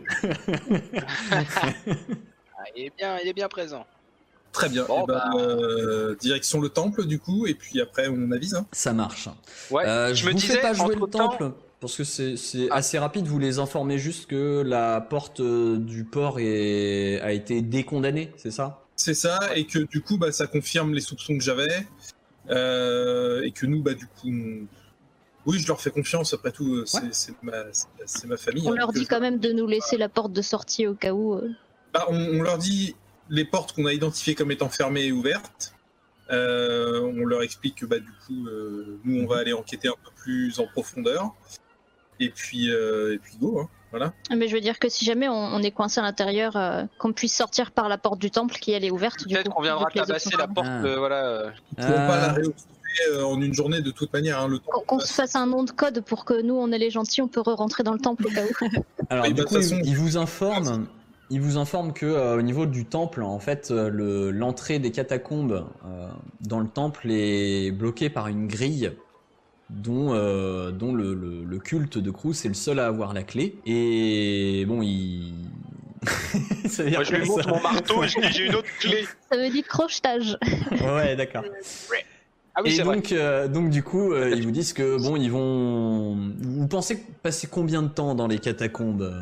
Ah, il est bien, il est bien présent. Très bien. Bon, Eh ben, bah. euh, direction le temple, du coup, et puis après, on avise. Hein. Ça marche. Ouais, Euh, je je me vous disais, fais pas jouer le entre-temps- temple parce que c'est c'est Ah. assez rapide. Vous les informez juste que la porte euh, du port est, a été décondamnée, c'est ça? C'est ça, et que du coup, bah, ça confirme les soupçons que j'avais. Euh, et que nous, bah, du coup, on- oui, je leur fais confiance. Après tout, euh, c'est Ouais. c'est ma, c'est- c'est ma famille. On hein, leur donc, dit euh, quand même de nous laisser la porte de sortie au cas où. euh. Bah, on, on leur dit les portes qu'on a identifiées comme étant fermées et ouvertes. Euh, on leur explique que bah, du coup, euh, nous, on va aller enquêter un peu plus en profondeur. Et puis, euh, et puis go, hein, voilà. Mais je veux dire que si jamais on, on est coincé à l'intérieur, euh, qu'on puisse sortir par la porte du temple qui elle est ouverte. Du Peut-être coup, qu'on viendra vu que les autres tabasser sont la fermés. porte, Ah. euh, voilà. euh, Ils pourront pas la Euh, réobstruer euh, en une journée de toute manière. Hein, le temps Qu'on qu'on se fasse un nom de code pour que nous on est les gentils, on peut re-rentrer dans le temple au cas où. Alors Oui, du bah, de coup, toute il, façon- il vous informe, il vous informe que euh, au niveau du temple, en fait, euh, le- l'entrée des catacombes euh, dans le temple est bloquée par une grille dont, euh, dont le, le- le culte de Crous est le seul à avoir la clé. Et bon, il... Ça veut dire Moi, je lui quoi, montre ça mon marteau et je dis j'ai une autre clé. Ça veut dire crochetage. Ouais, d'accord. Ah oui, Et c'est vrai. donc, euh, donc du coup, euh, ils vous disent que bon, ils vont. Vous pensez passer combien de temps dans les catacombes euh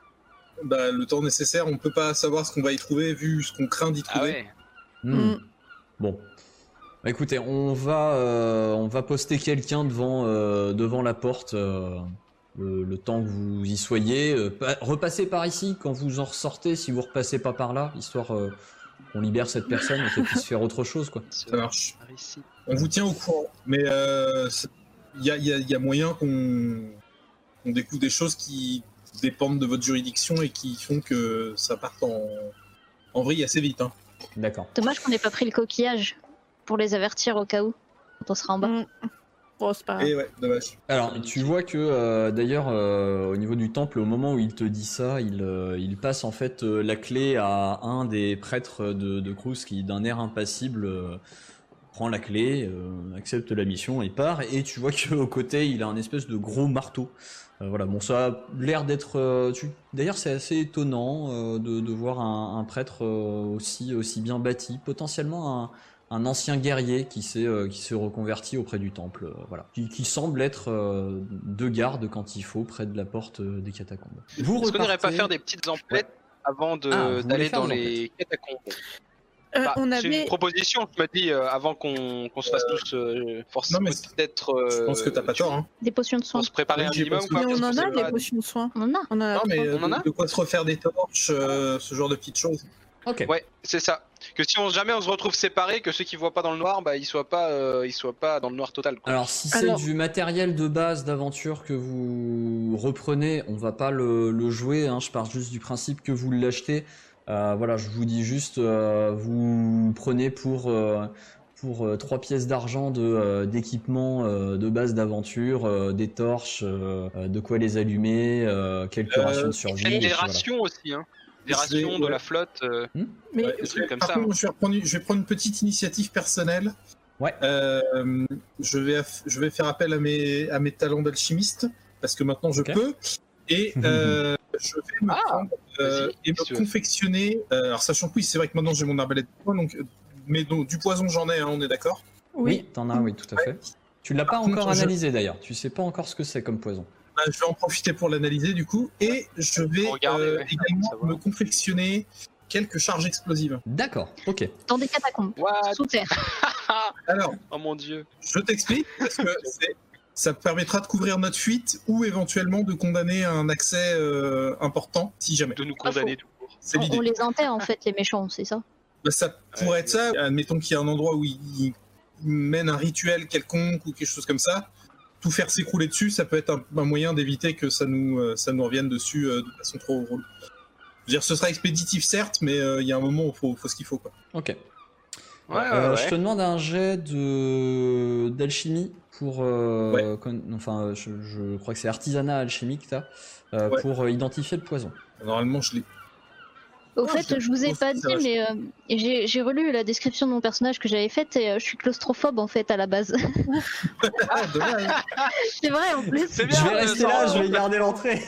Bah, le temps nécessaire, on peut pas savoir ce qu'on va y trouver vu ce qu'on craint d'y Ah trouver. ouais. Hmm. Mm. Bon. Bah, écoutez, on va, euh, on va poster quelqu'un devant, euh, devant la porte euh, le, le temps que vous y soyez. Euh, pa- repassez par ici quand vous en ressortez, si vous repassez pas par là, histoire euh, qu'on libère cette personne et qu'elle puisse faire autre chose, quoi. Ça marche. Par ici. On vous tient au courant, mais euh, c'est- il y, a, il y a- il y a moyen qu'on qu'on découvre des choses qui dépendent de votre juridiction et qui font que ça parte en, en vrille assez vite. Hein. D'accord. Dommage qu'on n'ait pas pris le coquillage pour les avertir au cas où quand on sera en bas. Mm. Bon, c'est pas grave. Et ouais, dommage. Alors, tu vois que euh, d'ailleurs, euh, au niveau du temple, au moment où il te dit ça, il, euh, il passe en fait euh, la clé à un des prêtres de, de Crous qui, d'un air impassible, euh, prend la clé, euh, accepte la mission et part. Et tu vois qu'au côté, il a un espèce de gros marteau. Euh, voilà, bon, ça a l'air d'être. euh, tu... D'ailleurs, c'est assez étonnant euh, de, de voir un, un prêtre euh, aussi, aussi bien bâti, potentiellement un. Un ancien guerrier qui s'est euh, qui s'est reconverti auprès du temple, euh, voilà, qui, qui semble être euh, de garde quand il faut près de la porte euh, des catacombes. Vous Est-ce qu'on n'irait pas repartez- faire des petites emplettes avant de- Ah, vous voulez d'aller faire dans des les catacombes? Euh, Bah, on C'est avait. une proposition, je me dis, euh, avant qu'on qu'on se fasse tous euh, forcément non, mais peut-être. euh, Je pense que t'as pas tort. Hein. Des potions de soins. Pour se préparer Oui, un j'y ai minimum, pensé. quoi. Mais on parce en que a c'est des pas- potions de soins. On en a. On en a Non, mais trois. euh, On en a de, de quoi se refaire des torches, euh, ce genre de petites choses. Ok. Ouais, c'est ça. Que si on jamais on se retrouve séparés, que ceux qui voient pas dans le noir, bah ils soient pas, euh, ils soient pas dans le noir total. Quoi. Alors si c'est Alors- du matériel de base d'aventure que vous reprenez, on va pas le, le jouer, hein, je pars juste du principe que vous l'achetez. Euh, voilà, je vous dis juste, euh, vous prenez pour, euh, pour euh, trois pièces d'argent de, euh, d'équipement euh, de base d'aventure, euh, des torches, euh, euh, de quoi les allumer, euh, quelques Euh, rations de Et survie. puis et des puis voilà. rations aussi, hein. Des Je vais- rations, de ouais. la flotte. euh, Mais Ouais, des je trucs vais- comme par ça, contre, hein. je, vais reprendre une, je vais prendre une petite initiative personnelle. Ouais. Euh, je, vais, aff- je vais faire appel à mes, à mes talents d'alchimiste, parce que maintenant je Ok. peux. Et euh, je vais me Ah, prendre euh, vas-y, et qu'est-ce que tu me veux confectionner. euh, alors, sachant que oui, c'est vrai que maintenant j'ai mon arbalète de poing, donc, mais donc, du poison j'en ai, hein, on est d'accord. Oui, t'en as, oui, tout à fait. Tu l'as pas Par contre, encore je- analysé d'ailleurs, tu sais pas encore ce que c'est comme poison. Bah, je vais en profiter pour l'analyser du coup. Et je vais Regarder, euh, ouais, également savoir. me confectionner quelques charges explosives. D'accord, ok. Dans des catacombes. What Sous terre. Alors, Oh mon dieu. je t'explique, parce que c'est- ça permettra de couvrir notre fuite ou éventuellement de condamner un accès euh, important, si jamais. De nous Pas condamner tout court. C'est On, l'idée. on les enterre en fait, les méchants, c'est ça. Bah, ça pourrait Ouais, être ça. Admettons qu'il y a un endroit où il, il mène un rituel quelconque ou quelque chose comme ça. Tout faire s'écrouler dessus, ça peut être un, un moyen d'éviter que ça nous, euh, ça nous revienne dessus euh, de façon trop relou. Je veux dire, ce sera expéditif certes, mais euh, il y a un moment où il faut, faut ce qu'il faut. Quoi. Ok. Ouais, ouais, Euh, ouais. Je te demande un jet de d'alchimie pour, euh, Ouais. con- enfin, je, je crois que c'est artisanat alchimique, t'as, euh, Ouais. pour euh, identifier le poison. Normalement, je l'ai. Au Oh, fait, c'est- je vous ai oh, pas ça dit, va, mais euh, j'ai j'ai relu la description de mon personnage que j'avais faite et euh, je suis claustrophobe en fait à la base. Ah, dommage. C'est vrai en plus. C'est Je bien, vais euh, rester ça là, va. je vais garder l'entrée.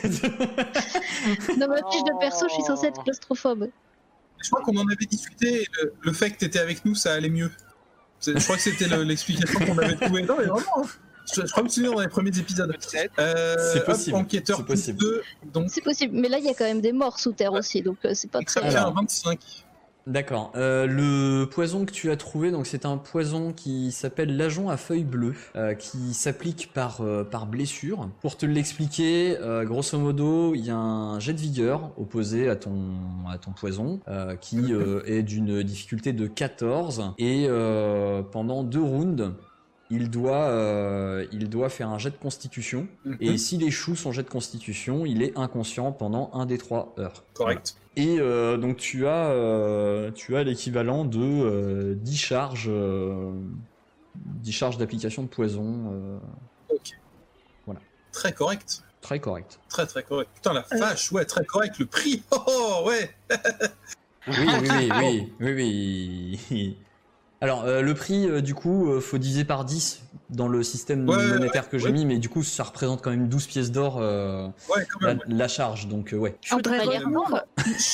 Dans ma fiche de perso, je suis censée être claustrophobe. Je crois qu'on en avait discuté. Et le, le fait que tu étais avec nous, ça allait mieux. C'est- Je crois que c'était le- l'explication qu'on avait trouvée. Non, mais vraiment. hein. Je, je crois me souvenir dans les premiers épisodes. Peut-être. Euh, C'est hop, possible, enquêteur c'est plus possible. deux, donc C'est possible, mais là il y a quand même des morts sous terre Ouais. aussi, donc euh, c'est pas ça très. fait un Alors. vingt-cinq. D'accord. Euh, le poison que tu as trouvé, donc c'est un poison qui s'appelle l'ajon à feuilles bleues, euh, qui s'applique par euh, par blessure. Pour te l'expliquer, euh, grosso modo, il y a un jet de vigueur opposé à ton à ton poison, euh, qui euh, est d'une difficulté de quatorze, et euh, pendant deux rounds, il doit euh, il doit faire un jet de constitution. Et s'il échoue son jet de constitution, il est inconscient pendant un des trois heures. Correct. Et euh, donc tu as, euh, tu as l'équivalent de euh, dix charges, euh, dix charges d'application de poison. euh, Ok. Voilà. Très correct. très correct. Très très correct. Putain la Euh. vache, ouais, très correct. Le prix. Oh, oh ouais. Oui, oui, oui, oui, oui, oui. Alors euh, le prix, euh, du coup, euh, faut diviser par dix dans le système Ouais, monétaire que j'ai ouais. mis, mais du coup ça représente quand même douze pièces d'or euh, Ouais, quand la, même. la charge, donc euh, ouais. Je voudrais On peut pas les revenir. revendre.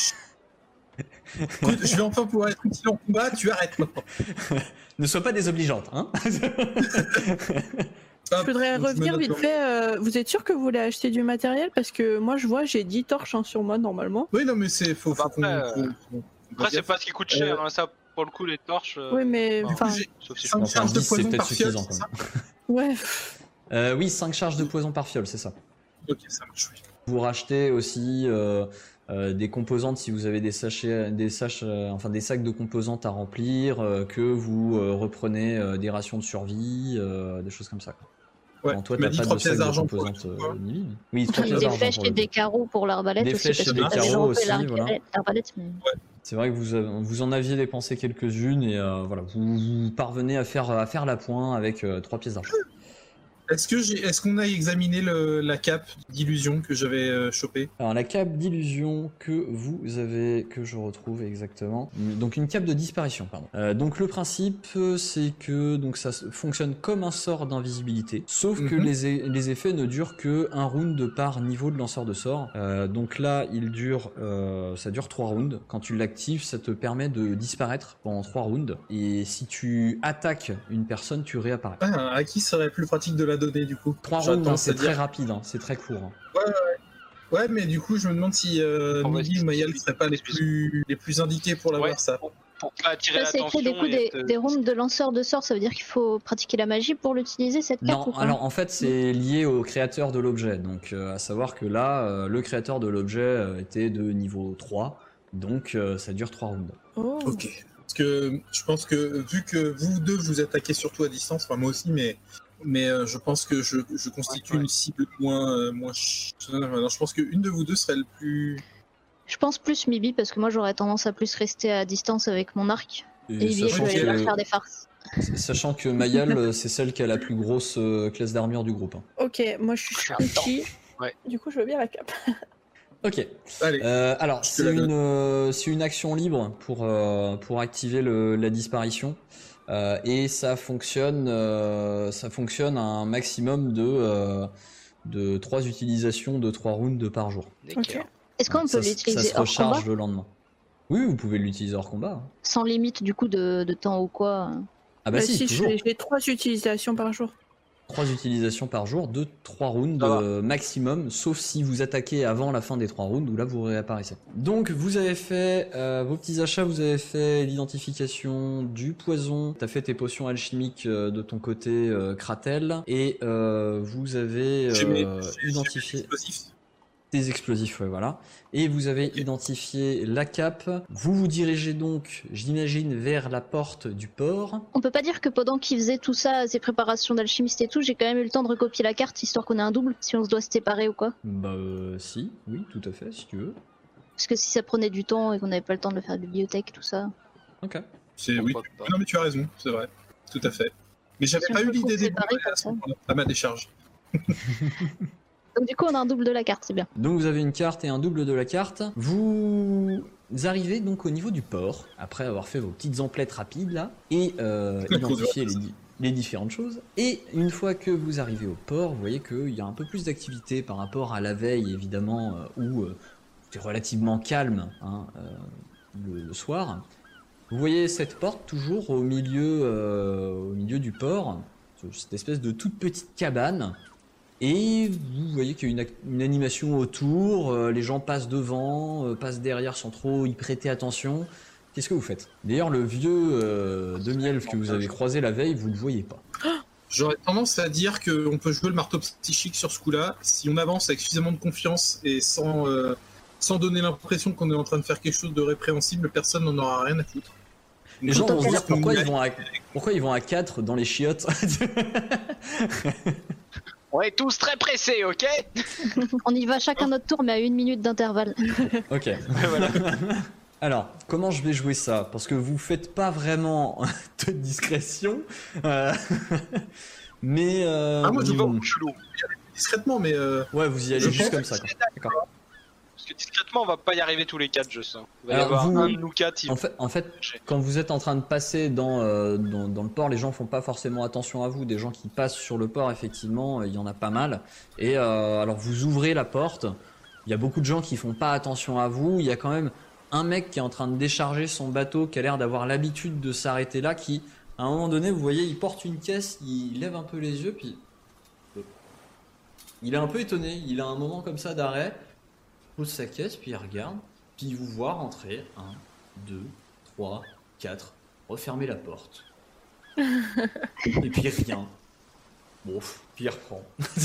Écoute, je vais enfin pouvoir être utile en combat. Tu arrêtes maintenant. Ne sois pas désobligeante, hein. Hop, Je voudrais donc je me revenir note vite dans- fait. euh, vous êtes sûr que vous voulez acheter du matériel? Parce que moi, je vois, j'ai dix torches hein, sur moi normalement. Oui, non, mais c'est faut, faut Bah, qu'on. après, faut- euh, faut- Après, c'est pas ce qui coûte cher, hein, ça, pour le coup, les torches. euh, Oui, mais enfin, enfin, j'ai- Sauf si je cinq Enfin, charges de dix, c'est poison peut-être par fiole, suffisant, c'est quand ça ouais. Euh, oui, cinq charges de poison par fiole, c'est ça. Ok, ça marche. Oui. Vous rachetez aussi euh, euh, des composantes si vous avez des sachets, des saches, euh, enfin des sacs de composantes à remplir, euh, que vous euh, reprenez euh, des rations de survie, euh, des choses comme ça. Quoi. Ouais. Bon, toi, tu m'as t'as dit pas trois de pièces sac de d'argent pour composantes le tout, quoi. euh, ni vie. Oui, trois pièces Des d'argent flèches pour et le des coup. carreaux pour l'arbalète Des aussi, flèches parce et que des t'as carreaux développé aussi, l'arbalète, voilà. l'arbalète, mais... C'est vrai que vous, avez- vous en aviez dépensé quelques-unes et euh, voilà, vous, vous parvenez à faire, à faire la pointe avec euh, trois pièces d'argent. Est-ce que j'ai, est-ce qu'on a examiné le, la cape d'illusion que j'avais euh, chopée? Alors la cape d'illusion que vous avez, que je retrouve exactement, donc une cape de disparition, pardon. Euh, donc le principe, euh, c'est que donc ça s- fonctionne comme un sort d'invisibilité, sauf que Mhm. les, e- les effets ne durent que un round par niveau de lanceur de sort. Euh, donc là, il dure, euh, ça dure trois rounds. Quand tu l'actives, ça te permet de disparaître pendant trois rounds. Et si tu attaques une personne, tu réapparais. Ah, à qui serait plus pratique de la donner du coup? Trois J'attends, rounds, hein, c'est c'est-à-dire- très rapide, hein, c'est très court. hein. Ouais, mais du coup, je me demande si euh, On va Midi se- ou Mayal ne seraient pas les plus, les plus indiqués pour l'avoir, Ouais. ça. pour pas attirer Ça, c'est écrit l'attention. des coups et des, être- des rooms de lanceur de sorts, ça veut dire qu'il faut pratiquer la magie pour l'utiliser cette carte ou Non, quoi alors en fait c'est lié au créateur de l'objet. Donc euh, à savoir que là, euh, le créateur de l'objet euh, était de niveau trois, donc euh, ça dure trois rounds. Oh. Ok. Parce que je pense que vu que vous deux vous attaquez surtout à distance, enfin moi aussi, mais mais euh, je pense que je, je constitue Ouais, ouais. une cible moins euh, moins. ch- Alors je pense qu'une de vous deux serait le plus. Je pense plus Mibi parce que moi j'aurais tendance à plus rester à distance avec mon arc. Et Mibi, je sachant, vais aller leur que, faire des farces. sachant que Mayal, euh, c'est celle qui a la plus grosse euh, classe d'armure du groupe. hein. Ok, moi je suis Je suis un petit. Ouais. Du coup, je veux bien la cape. Ok. Allez. Euh, alors, Je te c'est la une, donne. euh, c'est une action libre pour, euh, pour activer le, la disparition. Euh, et ça fonctionne, euh, ça fonctionne à un maximum de, euh, de trois utilisations de trois rounds par jour. Nickel. Est-ce qu'on ça, peut s- ça l'utiliser se hors recharge combat le lendemain. Oui, vous pouvez l'utiliser hors combat. hein. sans limite du coup de, de temps ou quoi? Ah bah Euh, si, si, toujours. j'ai j'ai trois utilisations par jour. Trois utilisations par jour de trois rounds Ça va. euh, maximum, sauf si vous attaquez avant la fin des trois rounds où là vous réapparaissez. Donc vous avez fait euh, vos petits achats, vous avez fait l'identification du poison, t'as fait tes potions alchimiques euh, de ton côté euh, Kratel, et euh, vous avez J'ai mes- euh, j'ai- j'ai mes identifié explosifs. des explosifs, ouais, voilà. Et vous avez Ok. identifié la cape. Vous vous dirigez donc, j'imagine, vers la porte du port. On peut pas dire que pendant qu'il faisait tout ça, ses préparations d'alchimiste et tout, j'ai quand même eu le temps de recopier la carte histoire qu'on ait un double si on se doit se séparer ou quoi. Bah euh, si, oui, tout à fait, si tu veux. Parce que si ça prenait du temps et qu'on n'avait pas le temps de le faire à la bibliothèque, tout ça. Ok. C'est oui. Pourquoi pas. Non mais tu as raison, c'est vrai, tout à fait. Mais j'avais Si on pas eu peut l'idée se des séparer doubles comme à ce ça. moment-là, à ma décharge. Donc du coup, on a un double de la carte, c'est bien. Donc vous avez une carte et un double de la carte. Vous arrivez donc au niveau du port, après avoir fait vos petites emplettes rapides là, et euh, La identifier les, course. di- les différentes choses. Et une fois que vous arrivez au port, vous voyez qu'il y a un peu plus d'activité par rapport à la veille évidemment, euh, où euh, c'était relativement calme hein, euh, le, le soir. Vous voyez cette porte toujours au milieu, euh, au milieu du port, cette espèce de toute petite cabane. Et vous voyez qu'il y a une, ac- une animation autour, euh, les gens passent devant, euh, passent derrière sans trop y prêter attention. Qu'est-ce que vous faites? D'ailleurs, le vieux euh, demi-elfe que vous avez croisé la veille, vous ne le voyez pas. J'aurais tendance à dire qu'on peut jouer le marteau psychique sur ce coup-là, si on avance avec suffisamment de confiance et sans, euh, sans donner l'impression qu'on est en train de faire quelque chose de répréhensible, personne n'en aura rien à foutre. Les gens Quand vont se elle dire a- pourquoi ils vont à, pourquoi ils vont à quatre dans les chiottes. On est tous très pressés, ok? On y va chacun notre tour, mais à une minute d'intervalle. Ok. Voilà. Alors, comment je vais jouer ça? Parce que vous faites pas vraiment de discrétion. euh, Mais... euh, Ah, moi, je On y va hmm, au culot. Discrètement, mais euh, ouais, vous y allez Je juste pense comme ça. Quoi. D'accord. Parce que discrètement, on va pas y arriver tous les quatre, je sens. Il va y Alors, avoir vous- un de nous quatre, il En fait, en fait, marcher. quand vous êtes en train de passer dans, euh, dans, dans le port, les gens font pas forcément attention à vous. Des gens qui passent sur le port, effectivement, il y en a pas mal. Et euh, alors vous ouvrez la porte, il y a beaucoup de gens qui font pas attention à vous. Il y a quand même un mec qui est en train de décharger son bateau, qui a l'air d'avoir l'habitude de s'arrêter là, qui, à un moment donné, vous voyez, il porte une caisse, il lève un peu les yeux, puis il est un peu étonné. Il a un moment comme ça d'arrêt, pose sa caisse, puis il regarde, puis il vous voit rentrer. Un, deux, trois, quatre, refermez la porte. Et puis rien. Bon, puis il reprend.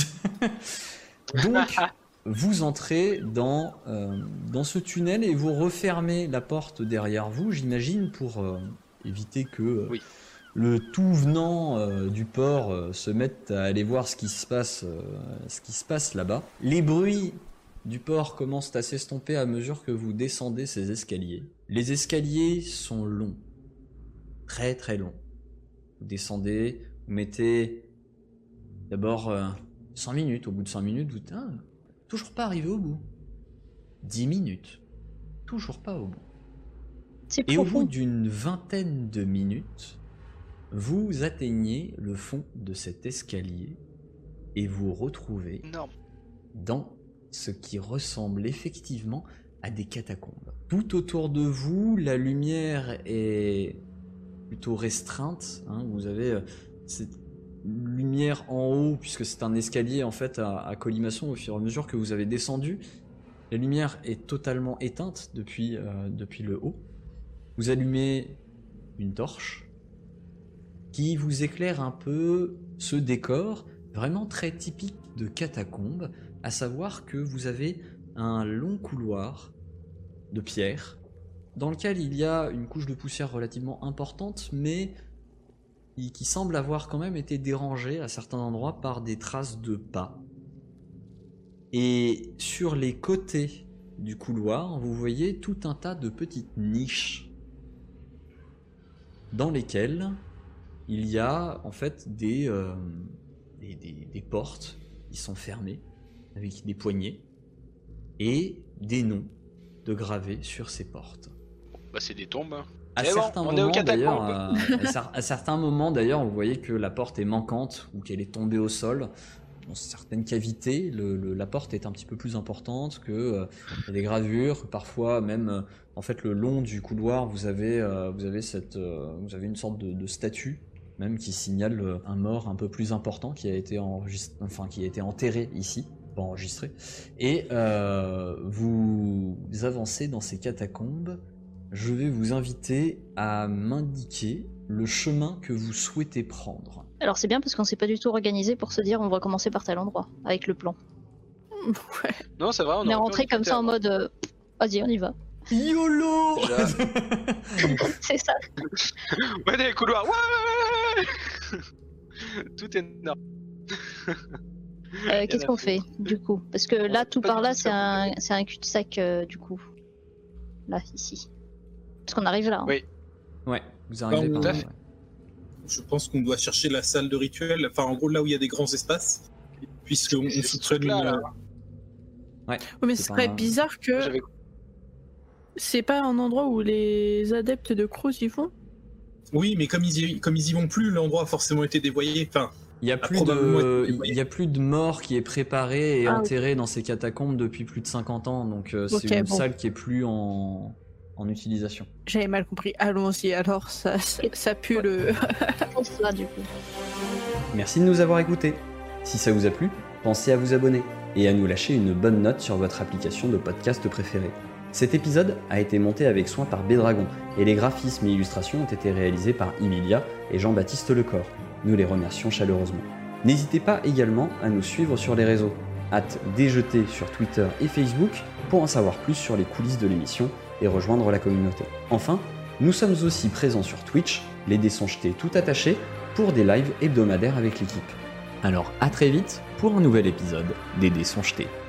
Donc, vous entrez dans, euh, dans ce tunnel et vous refermez la porte derrière vous, j'imagine, pour euh, éviter que euh, Oui. le tout venant euh, du port euh, se mette à aller voir ce qui se passe, euh, ce qui se passe là-bas. Les bruits du port commencent à s'estomper à mesure que vous descendez ces escaliers. Les escaliers sont longs, très très longs. Vous descendez, vous mettez d'abord euh, cinq minutes. Au bout de cinq minutes, vous ah, toujours pas arrivé au bout. dix minutes, toujours pas au bout. C'est Et au profond. bout d'une vingtaine de minutes, vous atteignez le fond de cet escalier et vous retrouvez Non. dans ce qui ressemble effectivement à des catacombes. Tout autour de vous, la lumière est plutôt restreinte. Hein, vous avez euh, cette lumière en haut, puisque c'est un escalier en fait à, à colimaçon au fur et à mesure que vous avez descendu. La lumière est totalement éteinte depuis, euh, depuis le haut. Vous allumez une torche qui vous éclaire un peu ce décor vraiment très typique de catacombes, à savoir que vous avez un long couloir de pierre dans lequel il y a une couche de poussière relativement importante, mais qui semble avoir quand même été dérangée à certains endroits par des traces de pas. Et sur les côtés du couloir, vous voyez tout un tas de petites niches dans lesquelles il y a en fait des, euh, des, des, des portes qui sont fermées avec des poignées et des noms de gravés sur ces portes. Bah c'est des tombes. À bon, certains, on est au moments, d'ailleurs, catacombe. euh, à, cer- à certains moments d'ailleurs, vous voyez que la porte est manquante ou qu'elle est tombée au sol. Dans certaines cavités, le, le, la porte est un petit peu plus importante, que euh, y a des gravures, parfois même euh, en fait le long du couloir, vous avez euh, vous avez cette euh, vous avez une sorte de, de statue même qui signale euh, un mort un peu plus important qui a été enregistré, enfin qui a été enterré ici, pas enregistré. Et euh, vous avancez dans ces catacombes. Je vais vous inviter à m'indiquer le chemin que vous souhaitez prendre. Alors c'est bien parce qu'on s'est pas du tout organisé pour se dire on va commencer par tel endroit avec le plan. Ouais. Non, c'est vrai, on, On est aurait rentré pu comme ça en faire- mode euh, vas-y on y va. YOLO Déjà. C'est ça. Ouais, des couloirs, ouais. Tout est énorme. Euh, Qu'est-ce qu'on fait du coup? Parce que là tout Pas par du là tout c'est ça. un, c'est un cul-de-sac euh, du coup. Là, ici. Parce qu'on arrive là. hein. Oui. Ouais, vous arrivez Tout par à là. fait. ouais. Je pense qu'on doit chercher la salle de rituel, enfin en gros là où il y a des grands espaces, puisqu'on on C'est- c'est soupçonne ce truc-là, une- là. Ouais, Oui, mais c'est ce pas serait un- bizarre que J'avais- c'est pas un endroit où les adeptes de Cruz y vont. Oui, mais comme ils y, comme ils y vont plus, l'endroit a forcément été dévoyé. Enfin, Il y a Ah, plus probablement de, été il y a plus de mort qui est préparé et Ah, enterré dans ces catacombes depuis plus de cinquante ans, donc euh, c'est Ok, une bon. salle qui est plus en, en utilisation. J'avais mal compris. Allons-y, alors ça, ça, ça pue le. C'est ça du coup. Merci de nous avoir écoutés. Si ça vous a plu, pensez à vous abonner et à nous lâcher une bonne note sur votre application de podcast préférée. Cet épisode a été monté avec soin par Bédragon et les graphismes et illustrations ont été réalisés par Emilia et Jean-Baptiste Lecor. Nous les remercions chaleureusement. N'hésitez pas également à nous suivre sur les réseaux, hâte déjeter sur Twitter et Facebook pour en savoir plus sur les coulisses de l'émission et rejoindre la communauté. Enfin, nous sommes aussi présents sur Twitch, les dés sont jetés tout attachés, pour des lives hebdomadaires avec l'équipe. Alors à très vite pour un nouvel épisode des dés sont jetés.